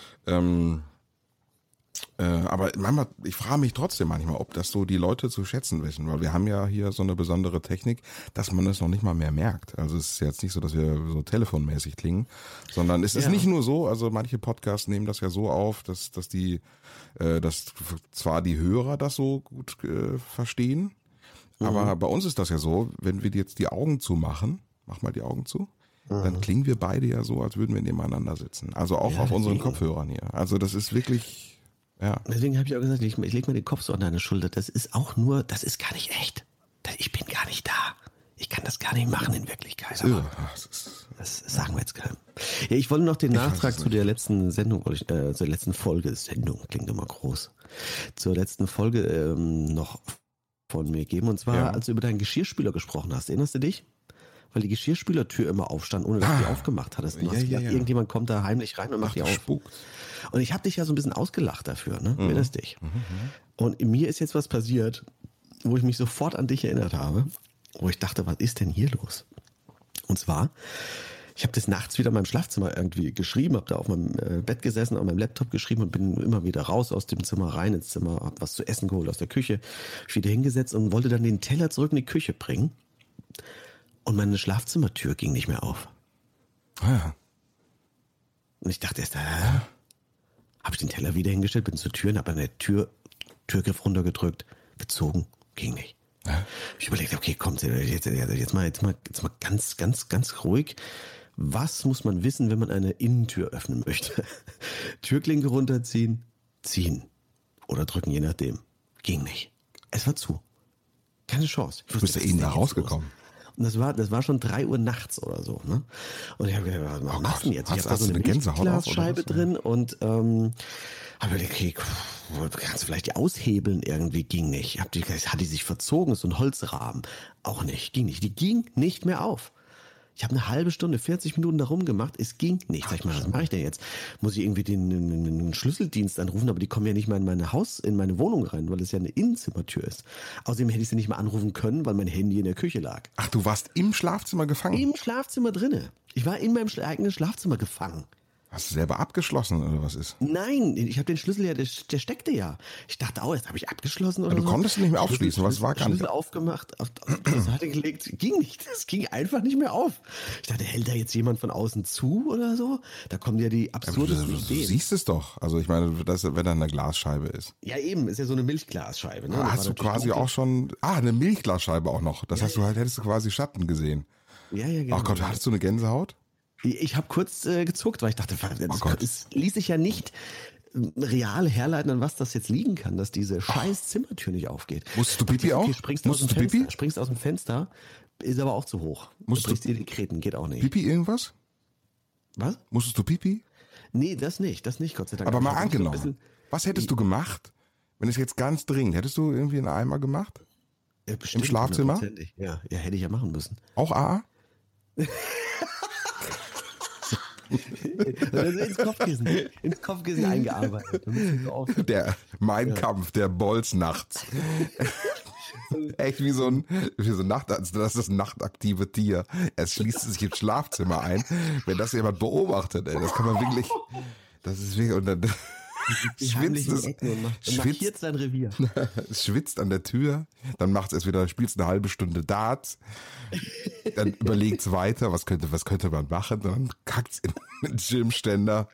Speaker 2: Ähm, äh, aber manchmal, ich frage mich trotzdem manchmal, ob das so die Leute zu schätzen wissen, weil wir haben ja hier so eine besondere Technik, dass man es noch nicht mal mehr merkt. Also es ist jetzt nicht so, dass wir so telefonmäßig klingen, sondern es ist
Speaker 1: Ja.
Speaker 2: nicht nur so, also manche Podcasts nehmen das ja so auf, dass, dass die, äh, dass zwar die Hörer das so gut äh, verstehen, aber bei uns ist das ja so, wenn wir jetzt die Augen zumachen, mach mal die Augen zu, mhm. dann klingen wir beide ja so, als würden wir nebeneinander sitzen. Also auch
Speaker 1: ja,
Speaker 2: auf unseren
Speaker 1: deswegen.
Speaker 2: Kopfhörern hier. Also das ist wirklich, ja.
Speaker 1: Deswegen habe ich auch gesagt, ich, ich lege mir den Kopf so an deine Schulter. Das ist auch nur, das ist gar nicht echt. Ich bin gar nicht da. Ich kann das gar nicht machen in Wirklichkeit. Aber
Speaker 2: Ach, das ist
Speaker 1: das sagen wir jetzt keinem. Ja, ich wollte noch den
Speaker 2: Ich
Speaker 1: Nachtrag
Speaker 2: weiß es
Speaker 1: zu der letzten Sendung, wollte ich, äh, zur letzten Folge, Sendung klingt immer groß, zur letzten Folge ähm, noch von mir geben. Und zwar,
Speaker 2: Ja.
Speaker 1: als du über deinen Geschirrspüler gesprochen hast. Erinnerst du dich? Weil die Geschirrspülertür immer aufstand, ohne dass du die
Speaker 2: Ah.
Speaker 1: aufgemacht hattest. Du
Speaker 2: Ja,
Speaker 1: hast
Speaker 2: ja,
Speaker 1: gedacht,
Speaker 2: ja.
Speaker 1: irgendjemand kommt da heimlich rein und macht die
Speaker 2: das
Speaker 1: auf.
Speaker 2: spukt.
Speaker 1: Und ich habe dich ja so ein bisschen ausgelacht dafür, ne? Erinnerst dich?
Speaker 2: Mhm.
Speaker 1: Und mir ist jetzt was passiert, wo ich mich sofort an dich erinnert habe, wo ich dachte, was ist denn hier los? Und zwar, ich habe das nachts wieder in meinem Schlafzimmer irgendwie geschrieben, habe da auf meinem äh, Bett gesessen, auf meinem Laptop geschrieben und bin immer wieder raus aus dem Zimmer, rein ins Zimmer, habe was zu essen geholt aus der Küche, mich wieder hingesetzt und wollte dann den Teller zurück in die Küche bringen. Und meine Schlafzimmertür ging nicht mehr auf.
Speaker 2: Ah, ja.
Speaker 1: Und ich dachte erst, äh, habe ich den Teller wieder hingestellt, bin zur Tür und habe an der Tür, Türgriff runtergedrückt, gezogen, ging nicht.
Speaker 2: Ja.
Speaker 1: Ich überlegte, okay, kommt jetzt, jetzt mal, jetzt mal, jetzt mal ganz, ganz, ganz ruhig. Was muss man wissen, wenn man eine Innentür öffnen möchte? Türklinke runterziehen, ziehen oder drücken, je nachdem. Ging nicht. Es war zu. Keine Chance. Ich
Speaker 2: Du bist ja eben da rausgekommen.
Speaker 1: Und das war, das war schon drei Uhr nachts oder so, ne? Und ich habe gedacht, was
Speaker 2: Oh
Speaker 1: machst du denn jetzt? Ich
Speaker 2: Gott.
Speaker 1: habe da
Speaker 2: Hast
Speaker 1: so
Speaker 2: du
Speaker 1: eine
Speaker 2: eine Gänsehaut auf,
Speaker 1: Glasscheibe
Speaker 2: oder was?
Speaker 1: drin und ähm, habe überlegt, okay, kannst du vielleicht die aushebeln irgendwie? Ging nicht. Hab die, hat die sich verzogen, so ein Holzrahmen. Auch nicht, ging nicht. Die ging nicht mehr auf. Ich habe eine halbe Stunde, vierzig Minuten da rumgemacht, es ging nicht. Sag ich mal, was mache ich denn jetzt? Muss ich irgendwie den, den, den Schlüsseldienst anrufen, aber die kommen ja nicht mal in meine Haus, in meine Wohnung rein, weil es ja eine Innenzimmertür ist. Außerdem hätte ich sie nicht mal anrufen können, weil mein Handy in der Küche lag.
Speaker 2: Ach, du warst im Schlafzimmer gefangen?
Speaker 1: Im Schlafzimmer drinne. Ich war in meinem eigenen Schlafzimmer gefangen.
Speaker 2: Hast du selber abgeschlossen oder was ist?
Speaker 1: Nein, ich habe den Schlüssel ja, der, der steckte ja. Ich dachte, oh, jetzt habe ich abgeschlossen oder
Speaker 2: Ja, du
Speaker 1: so.
Speaker 2: konntest ihn nicht mehr
Speaker 1: Schlüssel-
Speaker 2: aufschließen, was war gar nicht-
Speaker 1: Schlüssel aufgemacht, auf, auf die Seite gelegt, ging nicht. Es ging einfach nicht mehr auf. Ich dachte, hält da jetzt jemand von außen zu oder so? Da kommen ja die
Speaker 2: Du,
Speaker 1: absurdesten
Speaker 2: du, du
Speaker 1: Ideen.
Speaker 2: siehst es doch. Also ich meine, das, wenn da eine Glasscheibe ist.
Speaker 1: Ja eben, ist ja so eine Milchglasscheibe. Ne? Das war
Speaker 2: Hast du
Speaker 1: natürlich
Speaker 2: quasi
Speaker 1: dunkel.
Speaker 2: auch schon... Ah, eine Milchglasscheibe auch noch. Das heißt, du halt hättest du quasi Schatten gesehen.
Speaker 1: Ja, ja, genau.
Speaker 2: Ach Gott, hattest du eine Gänsehaut?
Speaker 1: Ich habe kurz äh, gezuckt, weil ich dachte, das,
Speaker 2: Oh Gott.
Speaker 1: es ließ sich ja nicht ähm, real herleiten, an was das jetzt liegen kann, dass diese scheiß Zimmertür nicht aufgeht.
Speaker 2: Musstest du
Speaker 1: Ich dachte,
Speaker 2: Pipi auch?
Speaker 1: Springst du aus dem
Speaker 2: Musstest du
Speaker 1: Fenster,
Speaker 2: Pipi?
Speaker 1: springst aus dem Fenster, ist aber auch zu hoch.
Speaker 2: Musst
Speaker 1: du brichst dir die Kreten, geht auch nicht.
Speaker 2: Pipi irgendwas?
Speaker 1: Was?
Speaker 2: Musstest du Pipi?
Speaker 1: Nee, das nicht, das nicht, Gott sei Dank.
Speaker 2: Aber mal
Speaker 1: Ich hab mich so ein
Speaker 2: angenommen.
Speaker 1: bisschen-
Speaker 2: Was hättest du gemacht, wenn es jetzt ganz dringend? Hättest du irgendwie einen Eimer gemacht?
Speaker 1: Ja, bestimmt,
Speaker 2: Schlafzimmer?
Speaker 1: hundertprozentig. Ja, ja, hätte ich ja machen müssen.
Speaker 2: Auch A A?
Speaker 1: Also ins Kopfkissen, ins Kopfkissen eingearbeitet. damit sie so auf-
Speaker 2: Der Mein Kampf, der Bolz nachts. Echt wie so ein, wie so ein Nacht, das ist das nachtaktive Tier. Es schließt sich im Schlafzimmer ein. Wenn das jemand beobachtet, ey, das kann man wirklich, das ist wirklich, und dann
Speaker 1: die
Speaker 2: schwitzt
Speaker 1: heimlichen
Speaker 2: es,
Speaker 1: Ecken und macht- und
Speaker 2: schwitzt,
Speaker 1: markiert sein Revier.
Speaker 2: es schwitzt an der Tür, dann macht es wieder, spielst eine halbe Stunde Darts, dann überlegt es weiter, was könnte, was könnte man machen, dann kackt es in den Gymständer.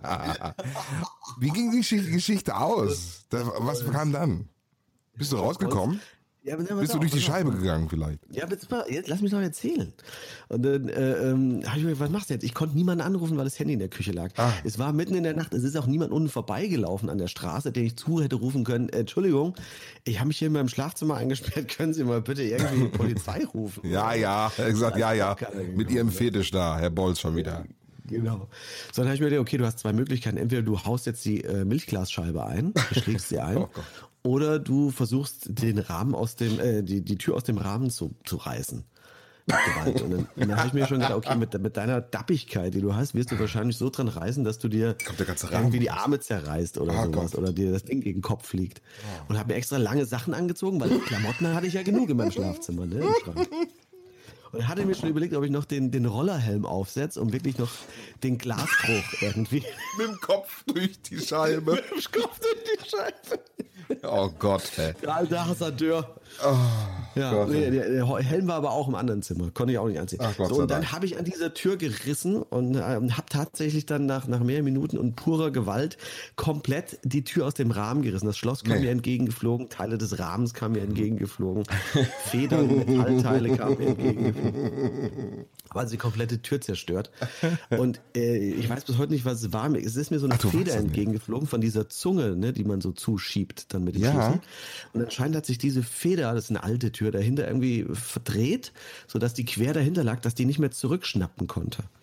Speaker 2: Wie ging die Geschichte- Geschichte aus? Da, was kam dann? Bist du rausgekommen?
Speaker 1: Ja, aber,
Speaker 2: Bist du durch die Scheibe gegangen vielleicht?
Speaker 1: Ja, aber jetzt, mal, jetzt lass mich doch erzählen. Und dann äh, ähm, habe ich mir gedacht, was machst du jetzt? Ich konnte niemanden anrufen, weil das Handy in der Küche lag.
Speaker 2: Ah.
Speaker 1: Es war mitten in der Nacht, es ist auch niemand unten vorbeigelaufen an der Straße, den ich zu hätte rufen können. Äh, Entschuldigung, ich habe mich hier in meinem Schlafzimmer eingesperrt, können Sie mal bitte irgendwie die Polizei rufen?
Speaker 2: Ja, ja, er hat gesagt, ja, ja, mit ihrem Fetisch da, Herr Bolz schon wieder.
Speaker 1: Genau. So, dann habe ich mir gedacht, okay, du hast zwei Möglichkeiten. Entweder du haust jetzt die äh, Milchglasscheibe ein, du schlägst sie ein,
Speaker 2: Oh Gott.
Speaker 1: oder du versuchst den Rahmen aus dem, äh, die, die Tür aus dem Rahmen zu, zu reißen. Mit Gewalt. Und dann, und dann habe ich mir schon gedacht, okay, mit, mit deiner Dappigkeit, die du hast, wirst du wahrscheinlich so dran reißen, dass du dir
Speaker 2: Kommt der ganze Rahmen
Speaker 1: irgendwie die
Speaker 2: raus.
Speaker 1: Arme zerreißt oder
Speaker 2: Ah,
Speaker 1: sowas
Speaker 2: Gott.
Speaker 1: oder dir das Ding gegen den Kopf fliegt. Und habe mir extra lange Sachen angezogen, weil Klamotten hatte ich ja genug in meinem Schlafzimmer, ne, im Schrank. Und hatte mir schon überlegt, ob ich noch den, den Rollerhelm aufsetze, um wirklich noch den Glasbruch irgendwie
Speaker 2: Mit dem Kopf durch die Scheibe.
Speaker 1: im Kopf durch die Scheibe.
Speaker 2: Oh Gott, ey.
Speaker 1: Der alte Hassadeur. ja,
Speaker 2: Gott,
Speaker 1: nee, der, der Helm war aber auch im anderen Zimmer. Konnte ich auch nicht anziehen.
Speaker 2: Ach, Gott
Speaker 1: so,
Speaker 2: sei
Speaker 1: und dann
Speaker 2: Dank.
Speaker 1: habe ich an dieser Tür gerissen und ähm, habe tatsächlich dann nach, nach mehreren Minuten und purer Gewalt komplett die Tür aus dem Rahmen gerissen. Das Schloss kam
Speaker 2: Nee.
Speaker 1: mir entgegengeflogen, Teile des Rahmens kamen mir entgegengeflogen, Federn, Metallteile kamen mir entgegengeflogen. Aber die komplette Tür zerstört. Und äh, ich weiß bis heute nicht, was es war. Es ist mir so eine
Speaker 2: Ach, du weißt
Speaker 1: Feder
Speaker 2: es nicht.
Speaker 1: entgegengeflogen von dieser Zunge, ne, die man so zuschiebt dann mit dem
Speaker 2: Ja.
Speaker 1: Schlüssel. Und anscheinend hat sich diese Feder, das ist eine alte Tür, dahinter irgendwie verdreht, sodass die quer dahinter lag, dass die nicht mehr zurückschnappen konnte.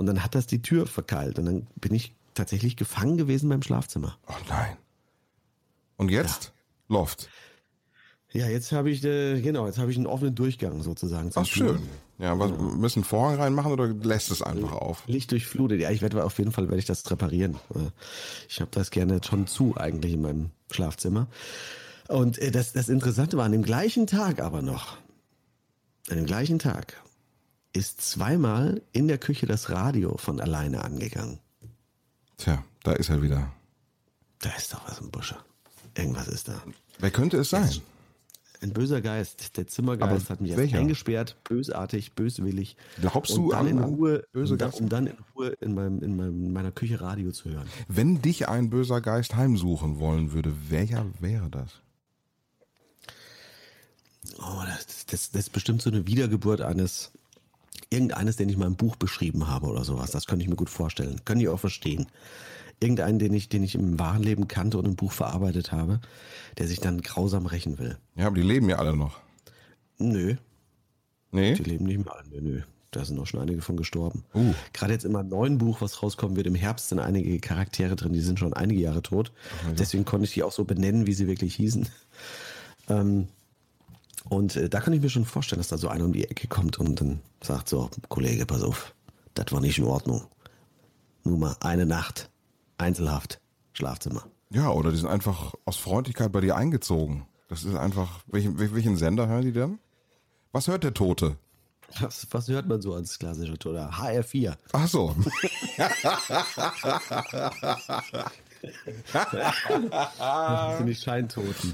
Speaker 1: Und dann hat das die Tür verkeilt und dann bin ich tatsächlich gefangen gewesen beim Schlafzimmer.
Speaker 2: Oh nein. Und jetzt? Ja. Loft.
Speaker 1: Ja, jetzt habe ich, äh, genau, jetzt habe ich einen offenen Durchgang sozusagen.
Speaker 2: Ach, schön. Ja, was, ja. Müssen Vorhang reinmachen oder lässt es einfach auf?
Speaker 1: Licht durchflutet. Ja, ich werde auf jeden Fall werde ich das reparieren. Ich habe das gerne schon zu eigentlich in meinem Schlafzimmer. Und äh, das, das Interessante war, an dem gleichen Tag aber noch, an dem gleichen Tag ist zweimal in der Küche das Radio von alleine angegangen.
Speaker 2: Tja, da ist er wieder.
Speaker 1: Da ist doch was im Busche. Irgendwas ist da.
Speaker 2: Wer könnte es sein?
Speaker 1: Jetzt, ein böser Geist. Der Zimmergeist
Speaker 2: Aber
Speaker 1: hat mich
Speaker 2: welcher?
Speaker 1: jetzt eingesperrt, bösartig, böswillig.
Speaker 2: Glaubst
Speaker 1: und
Speaker 2: du
Speaker 1: dann
Speaker 2: an,
Speaker 1: in
Speaker 2: an
Speaker 1: Ruhe,
Speaker 2: böse
Speaker 1: um, da,
Speaker 2: Geister?
Speaker 1: um dann in Ruhe in, meinem, in meinem, meiner Küche Radio zu hören.
Speaker 2: Wenn dich ein böser Geist heimsuchen wollen würde, welcher wäre das?
Speaker 1: Oh, das, das, das ist bestimmt so eine Wiedergeburt eines, irgendeines, den ich mal im Buch beschrieben habe oder sowas. Das könnte ich mir gut vorstellen. Können die auch verstehen. Irgendeinen, den ich, den ich im wahren Leben kannte und im Buch verarbeitet habe, der sich dann grausam rächen will.
Speaker 2: Ja, aber die leben ja alle noch.
Speaker 1: Nö.
Speaker 2: Nee?
Speaker 1: Die leben nicht mehr alle. Nö, nö. Da sind auch schon einige von gestorben.
Speaker 2: Uh.
Speaker 1: Gerade jetzt in meinem neuen Buch, was rauskommen wird, im Herbst sind einige Charaktere drin, die sind schon einige Jahre tot.
Speaker 2: Okay.
Speaker 1: Deswegen konnte ich die auch so benennen, wie sie wirklich hießen. Ähm, und äh, da kann ich mir schon vorstellen, dass da so einer um die Ecke kommt und dann sagt so, Kollege, pass auf, das war nicht in Ordnung. Nur mal eine Nacht, Einzelhaft, Schlafzimmer.
Speaker 2: Ja, oder die sind einfach aus Freundlichkeit bei dir eingezogen. Das ist einfach, welchen, welchen Sender hören die denn? Was hört der Tote?
Speaker 1: Was, was hört man so als klassischer Toter? H R vier.
Speaker 2: Ach so.
Speaker 1: Das sind die Scheintoten.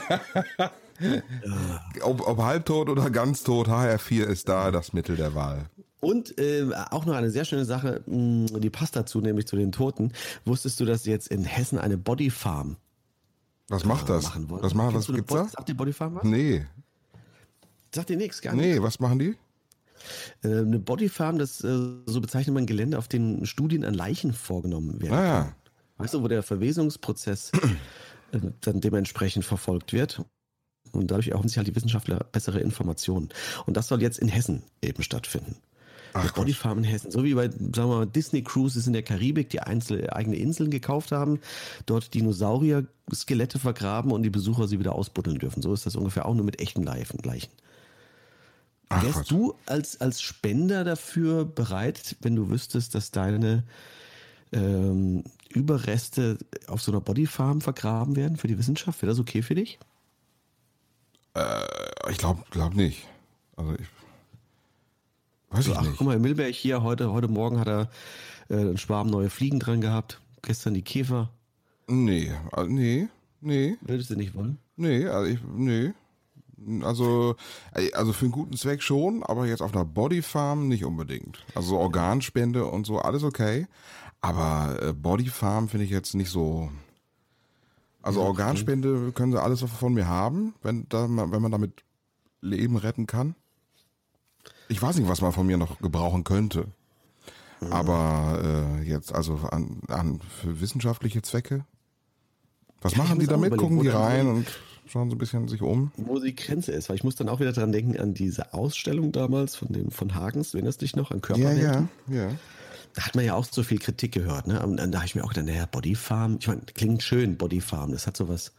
Speaker 2: ob, ob halbtot oder ganz tot, H R vier ist da das Mittel der Wahl.
Speaker 1: Und äh, auch noch eine sehr schöne Sache, mh, die passt dazu, nämlich zu den Toten. Wusstest du, dass sie jetzt in Hessen eine Bodyfarm
Speaker 2: Was macht das?
Speaker 1: machen wollen?
Speaker 2: Was machen, was
Speaker 1: Kennst du eine
Speaker 2: gibt's
Speaker 1: Bo-
Speaker 2: da?
Speaker 1: Sagt die Bodyfarm was?
Speaker 2: Nee.
Speaker 1: Sagt dir nichts, gar nichts.
Speaker 2: Nee, was machen die?
Speaker 1: Äh, eine Bodyfarm, das äh, so bezeichnet man Gelände, auf denen Studien an Leichen vorgenommen werden.
Speaker 2: Ah, ja.
Speaker 1: können. Weißt du, wo der Verwesungsprozess äh, dann dementsprechend verfolgt wird. Und dadurch erhoffen sich halt die Wissenschaftler bessere Informationen. Und das soll jetzt in Hessen eben stattfinden.
Speaker 2: Ach,
Speaker 1: Eine Bodyfarm in Hessen. So wie bei, sagen wir mal, Disney Cruises in der Karibik, die einzelne eigene Inseln gekauft haben, dort Dinosaurier-Skelette vergraben und die Besucher sie wieder ausbuddeln dürfen. So ist das ungefähr auch nur mit echten Leichen.
Speaker 2: Ach,
Speaker 1: Wärst
Speaker 2: Gott.
Speaker 1: du als, als Spender dafür bereit, wenn du wüsstest, dass deine ähm, Überreste auf so einer Bodyfarm vergraben werden für die Wissenschaft? Wäre das okay für dich?
Speaker 2: Ich glaube glaub nicht. Also ich weiß ich
Speaker 1: Ach,
Speaker 2: nicht.
Speaker 1: guck mal, Milberg hier, heute, heute Morgen hat er äh, einen Schwarm neue Fliegen dran gehabt. Gestern die Käfer.
Speaker 2: Nee, also nee, nee,
Speaker 1: Würdest du nicht wollen?
Speaker 2: nee, also ich, nee. Also, also für einen guten Zweck schon, aber jetzt auf einer Bodyfarm nicht unbedingt. Also Organspende und so, alles okay. Aber äh, Bodyfarm finde ich jetzt nicht so. Also Organspende können sie alles von mir haben, wenn, da, wenn man damit Leben retten kann. Ich weiß nicht, was man von mir noch gebrauchen könnte. Aber äh, jetzt also an, an für wissenschaftliche Zwecke. Was
Speaker 1: Ja, ich
Speaker 2: machen die
Speaker 1: muss auch
Speaker 2: damit?
Speaker 1: überlegen,
Speaker 2: Gucken
Speaker 1: wo
Speaker 2: die
Speaker 1: dann
Speaker 2: rein
Speaker 1: so-
Speaker 2: und schauen so ein bisschen sich um?
Speaker 1: Wo die Grenze ist, weil ich muss dann auch wieder dran denken an diese Ausstellung damals von den von Hagens, du erinnerst dich noch, an
Speaker 2: Ja,
Speaker 1: Körperwelten?
Speaker 2: ja, ja.
Speaker 1: Da hat man ja auch so viel Kritik gehört, ne? Und dann da habe ich mir auch gedacht, naja, Bodyfarm, ich meine, klingt schön, Bodyfarm, das hat so was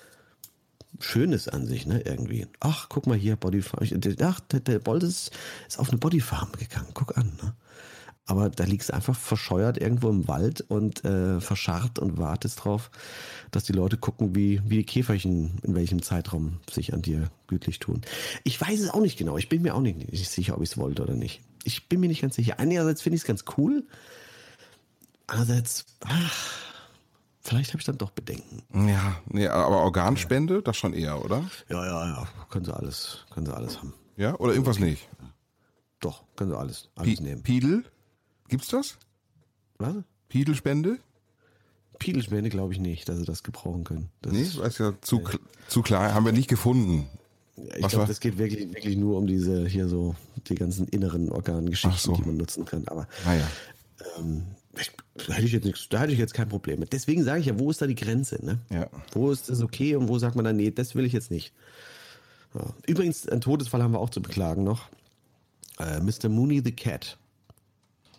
Speaker 1: Schönes an sich, ne, irgendwie. Ach, guck mal hier, Bodyfarm. Ich, ach, der, der Bolt ist, ist auf eine Bodyfarm gegangen, guck an, ne? Aber da liegst du einfach verscheuert irgendwo im Wald und äh, verscharrt und wartest drauf, dass die Leute gucken, wie, wie die Käferchen in welchem Zeitraum sich an dir gütlich tun. Ich weiß es auch nicht genau. Ich bin mir auch nicht, nicht sicher, ob ich es wollte oder nicht. Ich bin mir nicht ganz sicher. Einerseits finde ich es ganz cool. Andererseits, ach, vielleicht habe ich dann doch Bedenken.
Speaker 2: Ja, nee, aber Organspende, das schon eher, oder?
Speaker 1: Ja, ja, ja. Können sie alles, können sie alles haben.
Speaker 2: Ja, oder irgendwas nicht?
Speaker 1: Doch, können sie alles, alles
Speaker 2: Pi-
Speaker 1: nehmen.
Speaker 2: Pidel? Gibt's das?
Speaker 1: Was?
Speaker 2: Piedelspende?
Speaker 1: Piedelspende glaube ich nicht, dass sie das gebrauchen können. Das
Speaker 2: Nee,
Speaker 1: ist,
Speaker 2: ist ja zu, kl- zu klein, haben wir nicht gefunden.
Speaker 1: ich
Speaker 2: was
Speaker 1: glaube,
Speaker 2: war-
Speaker 1: das geht wirklich, wirklich nur um diese hier so die ganzen inneren Organgeschichten,
Speaker 2: Ach so.
Speaker 1: die man nutzen kann. Aber
Speaker 2: Naja.
Speaker 1: ähm, ich, da hätte ich jetzt nichts, da hätte ich jetzt kein Problem mit. Deswegen sage ich ja, wo ist da die Grenze? Ne?
Speaker 2: Ja.
Speaker 1: Wo ist das okay und wo sagt man dann, nee, das will ich jetzt nicht. Ja. Übrigens, einen Todesfall haben wir auch zu beklagen noch. Äh, Mister Mooney the Cat.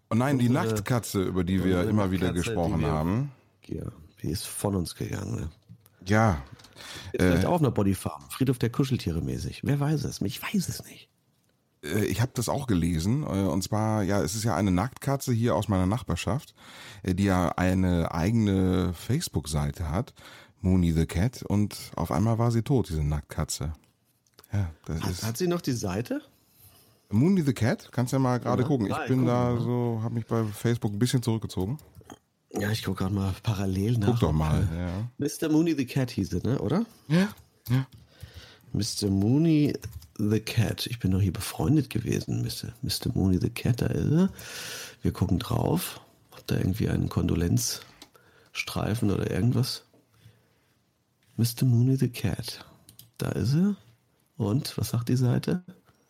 Speaker 2: Oh nein, die
Speaker 1: Unsere-
Speaker 2: Nacktkatze, über die wir
Speaker 1: unsere
Speaker 2: immer wieder
Speaker 1: Nacktkatze,
Speaker 2: gesprochen
Speaker 1: die wir-
Speaker 2: haben.
Speaker 1: Ja, die ist von uns gegangen. Ne?
Speaker 2: Ja,
Speaker 1: Jetzt vielleicht auch auf einer Bodyfarm. Friedhof der Kuscheltiere mäßig. Wer weiß es? Ich weiß es nicht.
Speaker 2: äh, ich habe das auch gelesen. äh, Und zwar, ja, es ist ja eine Nacktkatze hier aus meiner Nachbarschaft, äh, die ja eine eigene Facebook-Seite hat, Mooney the Cat. Und auf einmal war sie tot, diese Nacktkatze. Ja, das
Speaker 1: Hat,
Speaker 2: ist
Speaker 1: hat sie noch die Seite?
Speaker 2: Mooney the Cat. Kannst ja mal gerade
Speaker 1: Ja.
Speaker 2: gucken. Ich
Speaker 1: Nein,
Speaker 2: bin
Speaker 1: guck
Speaker 2: da
Speaker 1: mal.
Speaker 2: so, habe mich bei Facebook ein bisschen zurückgezogen.
Speaker 1: Ja, ich gucke gerade mal parallel nach.
Speaker 2: Guck doch
Speaker 1: ob,
Speaker 2: mal.
Speaker 1: äh,
Speaker 2: Ja.
Speaker 1: Mister Mooney the Cat hieß es, ne? Oder?
Speaker 2: Ja. Ja.
Speaker 1: Mister Mooney the Cat. Ich bin doch hier befreundet gewesen. Mister Mister Mooney the Cat, da ist er. Wir gucken drauf. Ob da irgendwie einen Kondolenzstreifen oder irgendwas. Mister Mooney the Cat. Da ist er. Und, was sagt die Seite?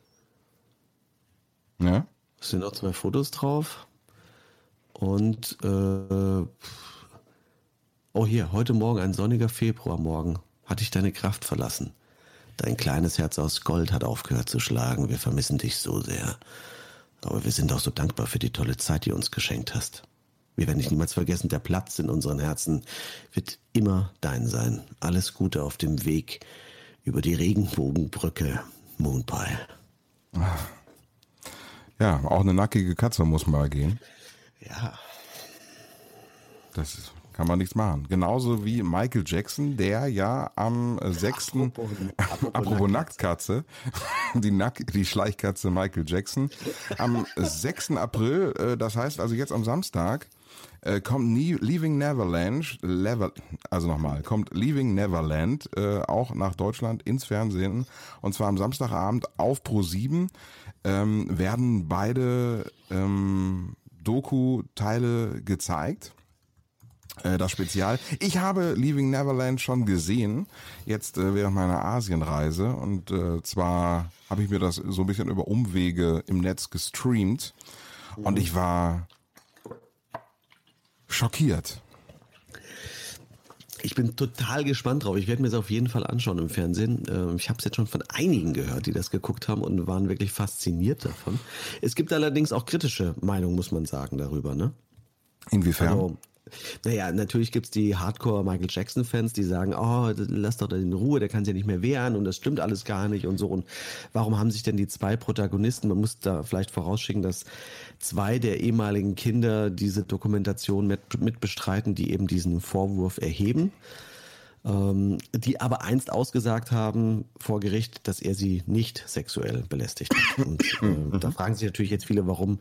Speaker 2: Ja.
Speaker 1: Es sind noch zwei Fotos drauf. Und, äh, oh hier, heute Morgen, ein sonniger Februarmorgen, hatte ich deine Kraft verlassen. Dein kleines Herz aus Gold hat aufgehört zu schlagen. Wir vermissen dich so sehr. Aber wir sind auch so dankbar für die tolle Zeit, die du uns geschenkt hast. Wir werden dich niemals vergessen. Der Platz in unseren Herzen wird immer dein sein. Alles Gute auf dem Weg über die Regenbogenbrücke Moonpie.
Speaker 2: Ja, auch eine nackige Katze muss mal gehen.
Speaker 1: Ja,
Speaker 2: Das ist, kann man nichts machen. Genauso wie Michael Jackson, der ja am sechsten
Speaker 1: Apropos-
Speaker 2: Apropos,
Speaker 1: apropos
Speaker 2: Nacktkatze, die, Nack, die Schleichkatze Michael Jackson, am sechsten April, äh, das heißt also jetzt am Samstag, äh, kommt Nie, Leaving Neverland, Lever, also nochmal, kommt Leaving Neverland äh, auch nach Deutschland ins Fernsehen, und zwar am Samstagabend auf ProSieben ähm, werden beide ähm, Doku-Teile gezeigt. Äh, das Spezial. Ich habe Leaving Neverland schon gesehen, jetzt äh, während meiner Asienreise, und äh, zwar habe ich mir das so ein bisschen über Umwege im Netz gestreamt, und ich war schockiert.
Speaker 1: ich bin total gespannt drauf. Ich werde mir das auf jeden Fall anschauen im Fernsehen. Ähm, Ich habe es jetzt schon von einigen gehört, die das geguckt haben und waren wirklich fasziniert davon. Es gibt allerdings auch kritische Meinungen, muss man sagen, darüber, ne?
Speaker 2: Inwiefern?
Speaker 1: Also, naja, natürlich gibt's die Hardcore-Michael Jackson-Fans, die sagen, oh, lass doch den in Ruhe, der kann sich ja nicht mehr wehren und das stimmt alles gar nicht und so. Und warum haben sich denn die zwei Protagonisten, man muss da vielleicht vorausschicken, dass zwei der ehemaligen Kinder diese Dokumentation mit, mit bestreiten, die eben diesen Vorwurf erheben, ähm, die aber einst ausgesagt haben vor Gericht, dass er sie nicht sexuell belästigt hat. Und äh, da fragen sich natürlich jetzt viele, warum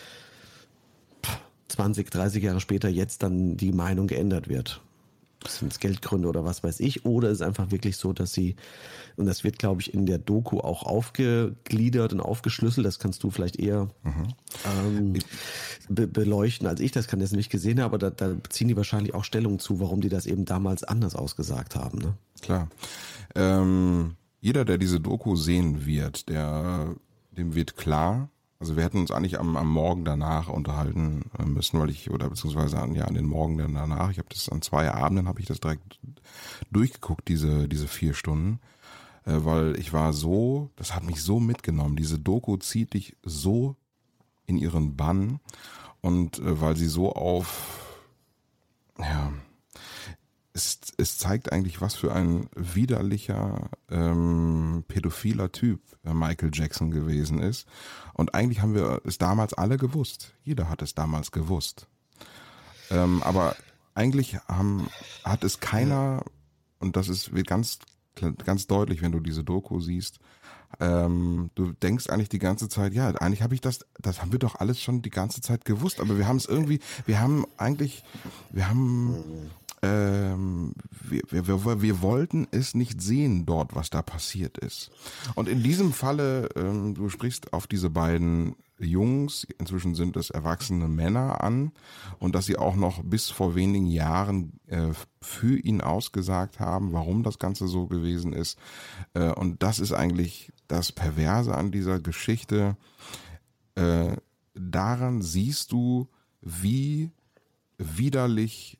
Speaker 1: zwanzig, dreißig Jahre später jetzt dann die Meinung geändert wird. Sind es Geldgründe oder was weiß ich? Oder ist es einfach wirklich so, dass sie, und das wird, glaube ich, in der Doku auch aufgegliedert und aufgeschlüsselt, das kannst du vielleicht eher ähm, be beleuchten, als ich das kann das nicht gesehen habe, aber da, da ziehen die wahrscheinlich auch Stellung zu, warum die das eben damals anders ausgesagt haben. Ne?
Speaker 2: Klar. Ähm, jeder, der diese Doku sehen wird, der, dem wird klar, also wir hätten uns eigentlich am, am Morgen danach unterhalten müssen, weil ich, oder beziehungsweise an, ja, an den Morgen danach, ich habe das an zwei Abenden, habe ich das direkt durchgeguckt, diese, diese vier Stunden, äh, weil ich war so, das hat mich so mitgenommen, diese Doku zieht dich so in ihren Bann, und äh, weil sie so auf, ja, Es, es zeigt eigentlich, was für ein widerlicher, ähm, pädophiler Typ Michael Jackson gewesen ist. Und eigentlich haben wir es damals alle gewusst. Jeder hat es damals gewusst. Ähm, aber eigentlich haben, hat es keiner, und das ist, wird ganz, ganz deutlich, wenn du diese Doku siehst, ähm, du denkst eigentlich die ganze Zeit, ja, eigentlich habe ich das, das haben wir doch alles schon die ganze Zeit gewusst, aber wir haben es irgendwie, wir haben eigentlich, wir haben, ähm, wir, wir, wir wollten es nicht sehen dort, was da passiert ist. Und in diesem Falle, ähm, du sprichst auf diese beiden Jungs, inzwischen sind es erwachsene Männer an, und dass sie auch noch bis vor wenigen Jahren äh, für ihn ausgesagt haben, warum das Ganze so gewesen ist. Äh, und das ist eigentlich das Perverse an dieser Geschichte. Äh, daran siehst du, wie widerlich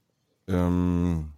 Speaker 2: ähm,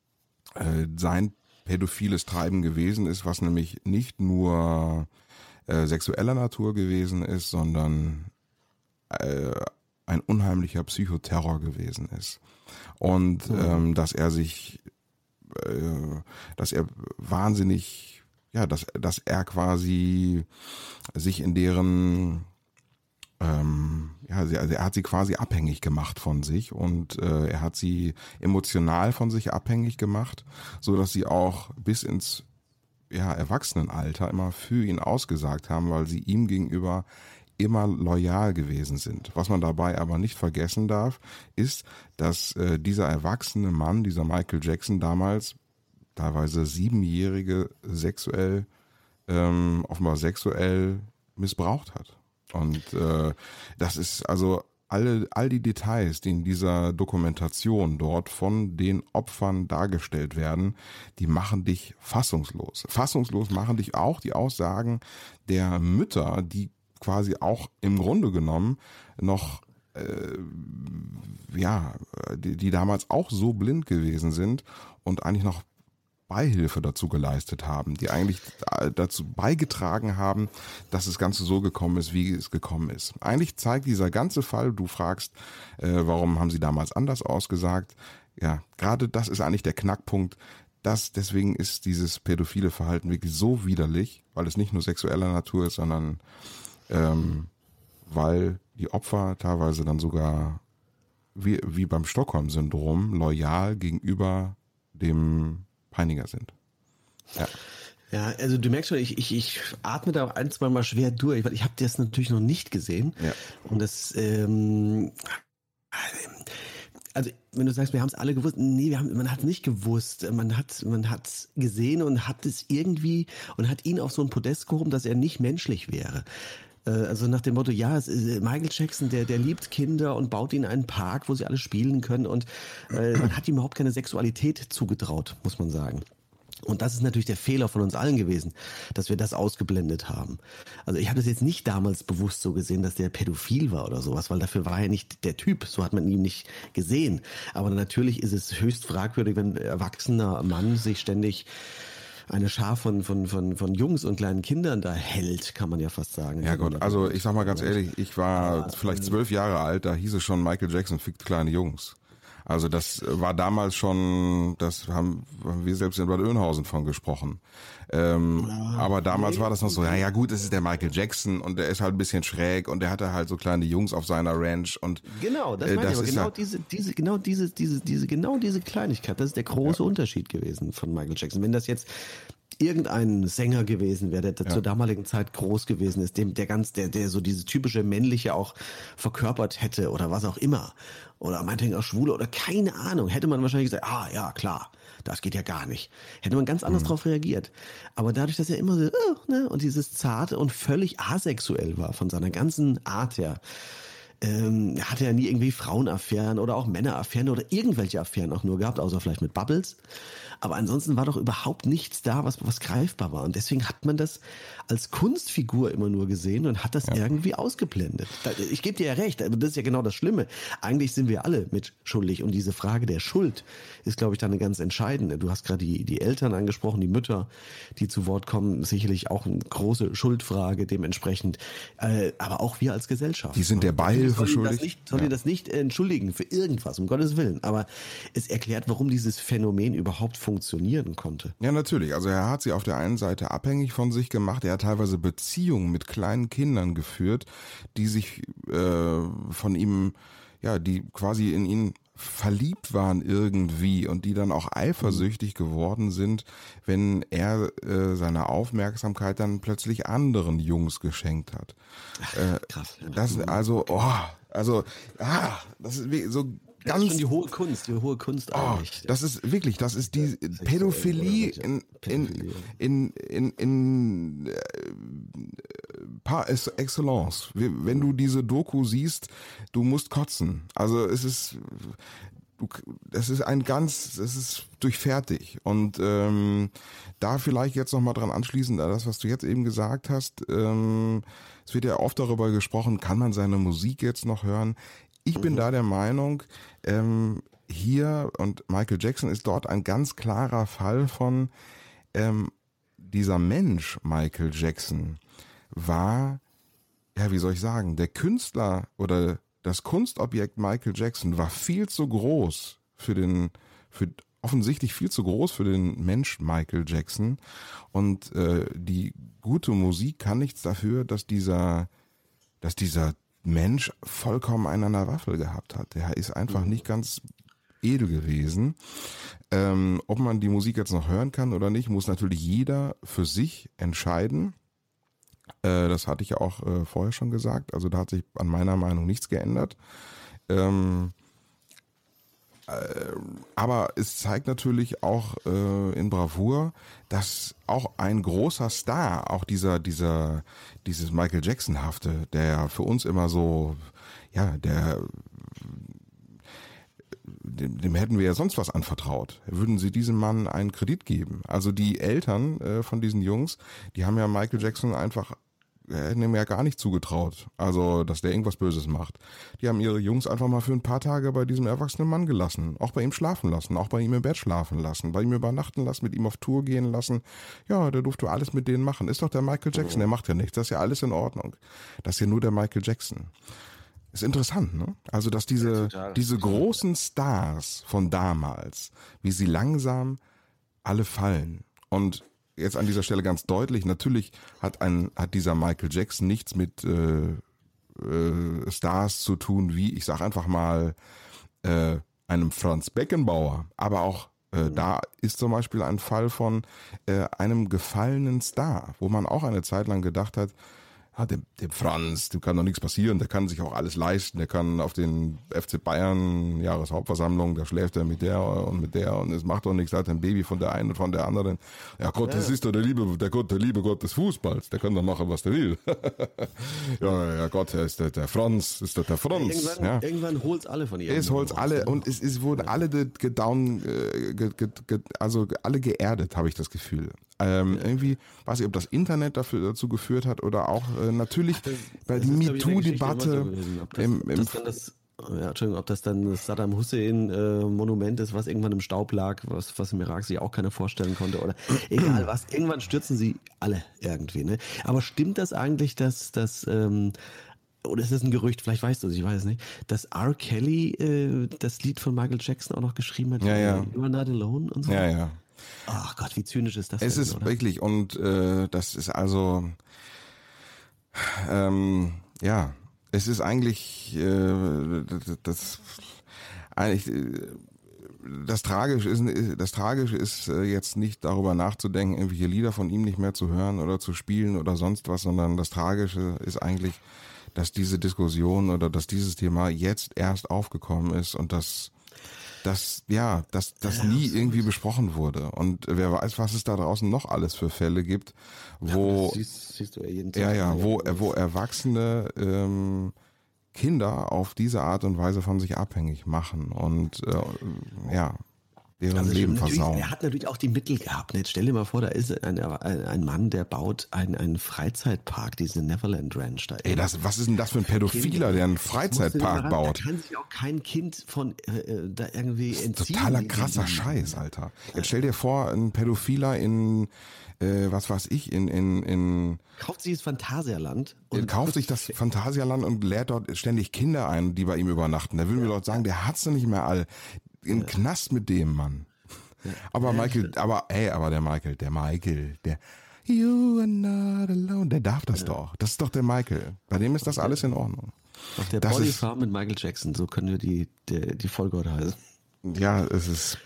Speaker 2: äh, sein pädophiles Treiben gewesen ist, was nämlich nicht nur äh, sexueller Natur gewesen ist, sondern äh, ein unheimlicher Psychoterror gewesen ist. Und mhm. ähm, dass er sich, äh, dass er wahnsinnig, ja, dass, dass er quasi sich in deren, ähm, ja, also er hat sie quasi abhängig gemacht von sich und äh, er hat sie emotional von sich abhängig gemacht, so dass sie auch bis ins ja, Erwachsenenalter immer für ihn ausgesagt haben, weil sie ihm gegenüber immer loyal gewesen sind. Was man dabei aber nicht vergessen darf, ist, dass äh, dieser erwachsene Mann, dieser Michael Jackson damals teilweise Siebenjährige sexuell, ähm, offenbar sexuell missbraucht hat. Und äh, das ist also alle, all die Details, die in dieser Dokumentation dort von den Opfern dargestellt werden, die machen dich fassungslos. Fassungslos machen dich auch die Aussagen der Mütter, die quasi auch im Grunde genommen noch, äh, ja, die, die damals auch so blind gewesen sind und eigentlich noch Beihilfe dazu geleistet haben, die eigentlich dazu beigetragen haben, dass das Ganze so gekommen ist, wie es gekommen ist. Eigentlich zeigt dieser ganze Fall, du fragst, äh, warum haben sie damals anders ausgesagt? Ja, gerade das ist eigentlich der Knackpunkt. Das, deswegen ist dieses pädophile Verhalten wirklich so widerlich, weil es nicht nur sexueller Natur ist, sondern ähm, weil die Opfer teilweise dann sogar wie, wie beim Stockholm-Syndrom loyal gegenüber dem Peiniger sind. Ja.
Speaker 1: Ja, also du merkst schon, ich, ich, ich atme da auch ein, zwei Mal schwer durch, weil ich habe das natürlich noch nicht gesehen.
Speaker 2: Ja.
Speaker 1: Und das, ähm, also wenn du sagst, wir haben es alle gewusst, nee, wir haben, man hat es nicht gewusst. Man hat, man hat gesehen und hat es irgendwie und hat ihn auf so ein Podest gehoben, dass er nicht menschlich wäre. Also nach dem Motto, ja, es ist Michael Jackson, der, der liebt Kinder und baut ihnen einen Park, wo sie alle spielen können und äh, man hat ihm überhaupt keine Sexualität zugetraut, muss man sagen. Und das ist natürlich der Fehler von uns allen gewesen, dass wir das ausgeblendet haben. Also ich habe das jetzt nicht damals bewusst so gesehen, dass der pädophil war oder sowas, weil dafür war er nicht der Typ, so hat man ihn nicht gesehen. Aber natürlich ist es höchst fragwürdig, wenn ein erwachsener Mann sich ständig eine Schar von, von, von, von Jungs und kleinen Kindern da hält, kann man ja fast sagen.
Speaker 2: Ja Gott, also ich sag mal ganz ehrlich, ich war
Speaker 1: ja,
Speaker 2: vielleicht zwölf Jahre alt, da hieß es schon, Michael Jackson fickt kleine Jungs. Also das war damals schon, das haben, haben wir selbst in Bad Oeynhausen von gesprochen. Ähm, ja, aber damals nee, war das noch so, ja, ja gut, es ist der Michael Jackson und der ist halt ein bisschen schräg und der hatte halt so kleine Jungs auf seiner Ranch und
Speaker 1: genau, das, äh, das meine ich, aber genau ja, diese, diese, genau diese, diese, diese, genau diese Kleinigkeit, das ist der große ja. Unterschied gewesen von Michael Jackson. Wenn das jetzt irgendein Sänger gewesen wäre, der, der ja. zur damaligen Zeit groß gewesen ist, dem der ganz, der, der so diese typische männliche auch verkörpert hätte oder was auch immer. Oder meinetwegen auch Schwule oder keine Ahnung, hätte man wahrscheinlich gesagt, ah ja, klar, das geht ja gar nicht. Hätte man ganz anders mhm. drauf reagiert. Aber dadurch, dass er immer so, oh, ne, und dieses zarte und völlig asexuell war von seiner ganzen Art her, ähm, hatte er nie irgendwie Frauenaffären oder auch Männeraffären oder irgendwelche Affären auch nur gehabt, außer vielleicht mit Bubbles. Aber ansonsten war doch überhaupt nichts da, was, was greifbar war. Und deswegen hat man das als Kunstfigur immer nur gesehen und hat das ja. irgendwie ausgeblendet. Ich gebe dir ja recht, aber das ist ja genau das Schlimme. Eigentlich sind wir alle mitschuldig. Und diese Frage der Schuld ist, glaube ich, dann eine ganz entscheidende. Du hast gerade die, die Eltern angesprochen, die Mütter, die zu Wort kommen. Sicherlich auch eine große Schuldfrage dementsprechend. Äh, aber auch wir als Gesellschaft.
Speaker 2: Die sind der Beihilfe schuldig.
Speaker 1: Nicht, soll ja. ihr das nicht entschuldigen für irgendwas, um Gottes Willen. Aber es erklärt, warum dieses Phänomen überhaupt funktionieren konnte.
Speaker 2: Ja, natürlich. Also er hat sie auf der einen Seite abhängig von sich gemacht. Er hat teilweise Beziehungen mit kleinen Kindern geführt, die sich äh, von ihm, ja, die quasi in ihn verliebt waren irgendwie und die dann auch eifersüchtig geworden sind, wenn er äh, seine Aufmerksamkeit dann plötzlich anderen Jungs geschenkt hat.
Speaker 1: Ach,
Speaker 2: äh, krass. Das also, oh, also, ah, das ist wie so
Speaker 1: Das ist schon die hohe Kunst, die hohe Kunst eigentlich.
Speaker 2: Oh, das ist wirklich, das ist die Pädophilie in, in, in, in, in, äh, par excellence. Wenn du diese Doku siehst, du musst kotzen. Also es ist, du, das ist ein ganz, es ist durchfertig. Und ähm, da vielleicht jetzt nochmal dran anschließend, das, was du jetzt eben gesagt hast, ähm, es wird ja oft darüber gesprochen, kann man seine Musik jetzt noch hören? Ich bin mhm. da der Meinung, ähm, hier, und Michael Jackson ist dort ein ganz klarer Fall von, ähm, dieser Mensch Michael Jackson war, ja, wie soll ich sagen, der Künstler oder das Kunstobjekt Michael Jackson war viel zu groß für den, für offensichtlich viel zu groß für den Mensch Michael Jackson. Und äh, die gute Musik kann nichts dafür, dass dieser, dass dieser Mensch vollkommen einen an der Waffel gehabt hat. Der ist einfach nicht ganz edel gewesen. Ähm, ob man die Musik jetzt noch hören kann oder nicht, muss natürlich jeder für sich entscheiden. Äh, das hatte ich ja auch äh, vorher schon gesagt. Also da hat sich an meiner Meinung nichts geändert. Ähm, äh, aber es zeigt natürlich auch äh, in Bravour, dass auch ein großer Star, auch dieser, dieser, dieses Michael Jackson-hafte, der für uns immer so, ja, der Dem, dem hätten wir ja sonst was anvertraut. Würden sie diesem Mann einen Kredit geben? Also die Eltern äh, von diesen Jungs, die haben ja Michael Jackson einfach, äh, hätten ihm ja gar nicht zugetraut. Also, dass der irgendwas Böses macht. Die haben ihre Jungs einfach mal für ein paar Tage bei diesem erwachsenen Mann gelassen. Auch bei ihm schlafen lassen, auch bei ihm im Bett schlafen lassen, bei ihm übernachten lassen, mit ihm auf Tour gehen lassen. Ja, der durfte alles mit denen machen. Ist doch der Michael Jackson, der macht ja nichts. Das ist ja alles in Ordnung. Das ist ja nur der Michael Jackson. Ist interessant, ne? Also, dass diese, ja, diese großen Stars von damals, wie sie langsam alle fallen. Und jetzt an dieser Stelle ganz deutlich, natürlich hat ein, hat dieser Michael Jackson nichts mit äh, äh, Stars zu tun, wie, ich sag einfach mal, äh, einem Franz Beckenbauer. Aber auch äh, mhm. da ist zum Beispiel ein Fall von äh, einem gefallenen Star, wo man auch eine Zeit lang gedacht hat, ja, dem, dem Franz, dem kann doch nichts passieren, der kann sich auch alles leisten, der kann auf den F C Bayern Jahreshauptversammlung, da schläft er mit der und mit der und es macht doch nichts, hat ein Baby von der einen und von der anderen. Ja Gott, ja. Das ist doch der liebe, der Gott, der liebe Gott des Fußballs, der kann doch machen, was der will. ja, ja Gott, er ist der, der Franz, ist doch der Franz.
Speaker 1: Ja, irgendwann,
Speaker 2: ja.
Speaker 1: irgendwann holt's alle von ihr.
Speaker 2: Es holt's alle und es, es wurden ja. alle gedown, ge, ge, ge, also alle geerdet, habe ich das Gefühl. Ähm, ja. Irgendwie, weiß ich, ob das Internet dafür dazu geführt hat oder auch äh, natürlich das, bei der MeToo-Debatte.
Speaker 1: So im, im das das, ja, Entschuldigung, ob das dann das Saddam Hussein-Monument äh, ist, was irgendwann im Staub lag, was, was im Irak sich auch keiner vorstellen konnte oder egal was. Irgendwann stürzen sie alle irgendwie. Ne? Aber stimmt das eigentlich, dass das ähm, oder ist das ein Gerücht, vielleicht weißt du es, ich weiß es nicht, dass R. Kelly äh, das Lied von Michael Jackson auch noch geschrieben hat?
Speaker 2: Ja, ja.
Speaker 1: You're Not Alone und so?
Speaker 2: Ja, ja.
Speaker 1: Ach Gott, wie zynisch ist das
Speaker 2: Es denn, ist oder? Wirklich und äh, das ist also ähm, ja, es ist eigentlich äh, das, das eigentlich äh, das Tragische ist das Tragische ist äh, jetzt nicht darüber nachzudenken, irgendwelche Lieder von ihm nicht mehr zu hören oder zu spielen oder sonst was, sondern das Tragische ist eigentlich, dass diese Diskussion oder dass dieses Thema jetzt erst aufgekommen ist und dass dass, ja, dass das ja, nie irgendwie besprochen wurde. Und wer weiß, was es da draußen noch alles für Fälle gibt, wo,
Speaker 1: ja, siehst, siehst du ja, jeden Tag
Speaker 2: ja, ja, wo, wo Erwachsene ähm, Kinder auf diese Art und Weise von sich abhängig machen und äh, ja, deren also Leben versauen.
Speaker 1: Er hat natürlich auch die Mittel gehabt. Jetzt stell dir mal vor, da ist ein, ein, ein Mann, der baut einen, einen Freizeitpark, diese Neverland Ranch da.
Speaker 2: Ey, das, was ist denn das für ein Pädophiler, der einen Freizeitpark baut?
Speaker 1: Da kann sich auch kein Kind von äh, da irgendwie entziehen.
Speaker 2: Totaler krasser Scheiß, Alter. Jetzt stell dir vor, ein Pädophiler in äh, was weiß ich, in in in
Speaker 1: kauft sich das Phantasialand
Speaker 2: und kauft sich das Phantasialand und lädt dort ständig Kinder ein, die bei ihm übernachten. Da würden wir dort sagen, der hat's nicht mehr all. In ja. Knast mit dem Mann. Ja. Aber ja, Michael, stimmt. aber ey, aber der Michael, der Michael, der You are not alone, der darf das ja. doch. Das ist doch der Michael. Bei dem ist das alles in Ordnung.
Speaker 1: Auf der Bodyfarm mit Michael Jackson, so können wir die die, die Folge heute heißen.
Speaker 2: Ja, es ist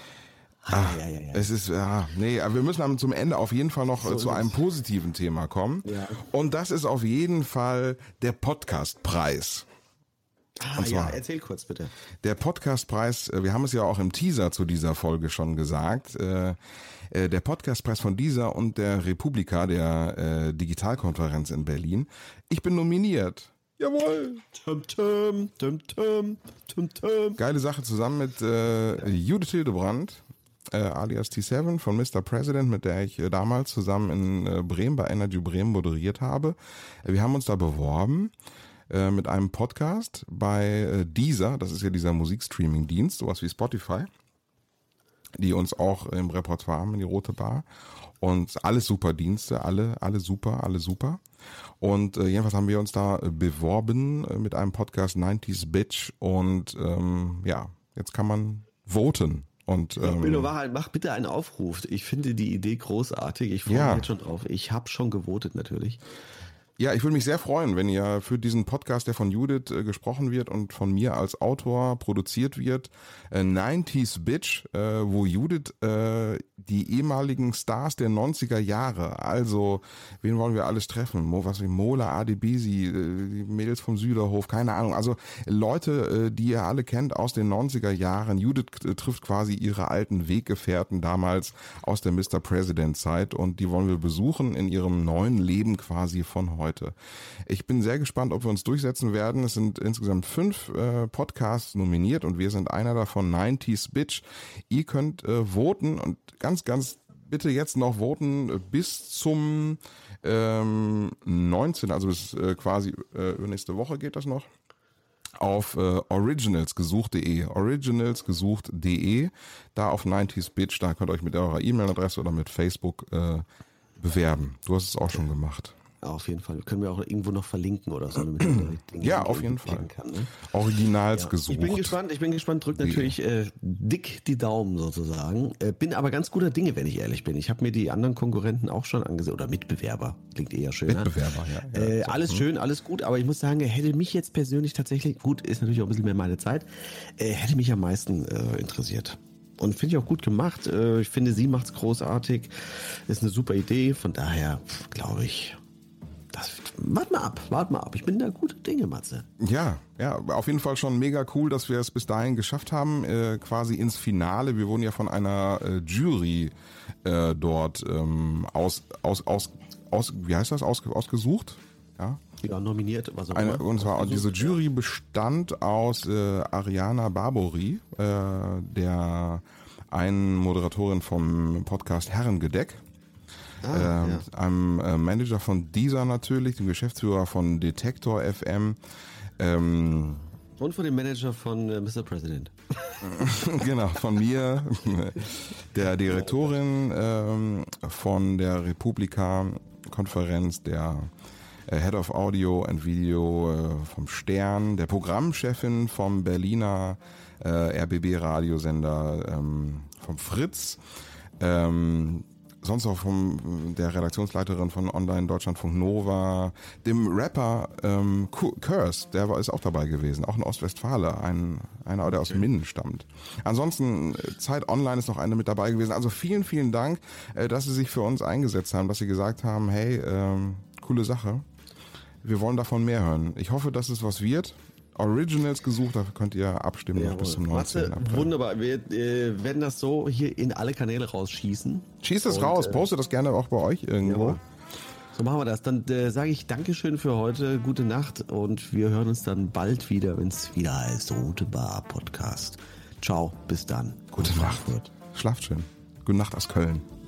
Speaker 2: ah, ja, ja, ja. Es ist, ja, nee, aber wir müssen dann zum Ende auf jeden Fall noch so zu einem positiven Thema kommen. Ja. Und das ist auf jeden Fall der Podcastpreis.
Speaker 1: Ah, ja, erzähl kurz bitte.
Speaker 2: Der Podcastpreis, wir haben es ja auch im Teaser zu dieser Folge schon gesagt, äh, der Podcastpreis von dieser und der Republika, der äh, Digitalkonferenz in Berlin. Ich bin nominiert. Jawohl.
Speaker 1: Tum, tum, tum, tum, tum, tum.
Speaker 2: Geile Sache zusammen mit äh, Judith Hildebrand, äh, alias T sieben von Mister President, mit der ich äh, damals zusammen in äh, Bremen bei Energy Bremen moderiert habe. Wir haben uns da beworben mit einem Podcast bei Deezer, das ist ja dieser Musikstreaming-Dienst, sowas wie Spotify. die uns auch im Repertoire haben, in die Rote Bar. Und alles super Dienste, alle, alle super, alle super. Und äh, jedenfalls haben wir uns da beworben äh, mit einem Podcast neunziger Bitch und ähm, ja, jetzt kann man voten. Und, ähm,
Speaker 1: Billo Wahrheit, mach bitte einen Aufruf. Ich finde die Idee großartig. Ich freue
Speaker 2: ja.
Speaker 1: mich jetzt schon drauf. Ich habe schon gewotet natürlich.
Speaker 2: Ja, ich würde mich sehr freuen, wenn ihr für diesen Podcast, der von Judith äh, gesprochen wird und von mir als Autor produziert wird, äh, neunziger Bitch, äh, wo Judith äh, die ehemaligen Stars der neunziger Jahre, also wen wollen wir alles treffen? Mo, was wie Mola, Adebisi, äh, die Mädels vom Süderhof, keine Ahnung. Also Leute, äh, die ihr alle kennt aus den neunziger Jahren. Judith äh, trifft quasi ihre alten Weggefährten damals aus der Mister President Zeit und die wollen wir besuchen in ihrem neuen Leben quasi von heute. Ich bin sehr gespannt, ob wir uns durchsetzen werden. Es sind insgesamt fünf äh, Podcasts nominiert und wir sind einer davon, neunziger Bitch. Ihr könnt äh, voten und ganz, ganz bitte jetzt noch voten bis zum ähm, neunzehnten, also bis äh, quasi äh, nächste Woche geht das noch. Auf äh, originalsgesucht punkt de, originalsgesucht punkt de, da auf neunziger Bitch, da könnt ihr euch mit eurer E-Mail-Adresse oder mit Facebook äh, bewerben. Du hast es auch schon gemacht.
Speaker 1: Auf jeden Fall. Können wir auch irgendwo noch verlinken oder so. Damit
Speaker 2: Dinge ja, auf jeden Fall. Kann, ne? Originals ja. gesucht.
Speaker 1: Ich bin gespannt, ich bin gespannt, drück natürlich äh, dick die Daumen sozusagen. Äh, bin aber ganz guter Dinge, wenn ich ehrlich bin. Ich habe mir die anderen Konkurrenten auch schon angesehen. Oder Mitbewerber, klingt eher schöner.
Speaker 2: Mitbewerber, ja. ja
Speaker 1: äh, alles schön, alles gut, aber ich muss sagen, hätte mich jetzt persönlich tatsächlich, gut, ist natürlich auch ein bisschen mehr meine Zeit, äh, hätte mich am meisten äh, interessiert. Und finde ich auch gut gemacht. Äh, ich finde, sie macht's großartig. Ist eine super Idee. Von daher glaube ich, Das, wart mal ab, wart mal ab. Ich bin da gute Dinge, Matze.
Speaker 2: Ja, ja, auf jeden Fall schon mega cool, dass wir es bis dahin geschafft haben, äh, quasi ins Finale. Wir wurden ja von einer äh, Jury äh, dort ähm, aus, aus, aus, aus, wie heißt das, aus, ausgesucht? Ja.
Speaker 1: Ja, nominiert, was auch
Speaker 2: Eine,
Speaker 1: immer.
Speaker 2: und zwar diese Jury bestand aus äh, Ariana Barbori, äh, der einen Moderatorin vom Podcast Herrengedeck. Ah, ähm, ja. Einem äh, Manager von Deezer natürlich, dem Geschäftsführer von Detektor F M. Ähm,
Speaker 1: Und von dem Manager von äh, Mister President.
Speaker 2: Genau, von mir, der Direktorin ähm, von der Republika-Konferenz, der äh, Head of Audio and Video äh, vom Stern, der Programmchefin vom Berliner äh, R B B-Radiosender ähm, vom Fritz, ähm, sonst auch von der Redaktionsleiterin von Online Deutschlandfunk Nova, dem Rapper ähm, Curse, der war, ist auch dabei gewesen, auch ein Ostwestfale, ein, einer, der aus Minden stammt. Ansonsten, Zeit Online ist noch eine mit dabei gewesen. Also vielen, vielen Dank, äh, dass Sie sich für uns eingesetzt haben, dass Sie gesagt haben, hey, ähm, coole Sache, wir wollen davon mehr hören. Ich hoffe, dass es was wird. Originals gesucht, dafür könnt ihr abstimmen noch bis zum neunzehnten April.
Speaker 1: Wunderbar, wir äh, werden das so hier in alle Kanäle rausschießen.
Speaker 2: Schießt es raus, äh, postet das gerne auch bei euch irgendwo.
Speaker 1: Ja, so machen wir das. Dann äh, sage ich Dankeschön für heute, gute Nacht und wir hören uns dann bald wieder, wenn es wieder heißt Rote Bar Podcast. Ciao, bis dann.
Speaker 2: Gute Nacht. Schlaft schön. Gute Nacht aus Köln.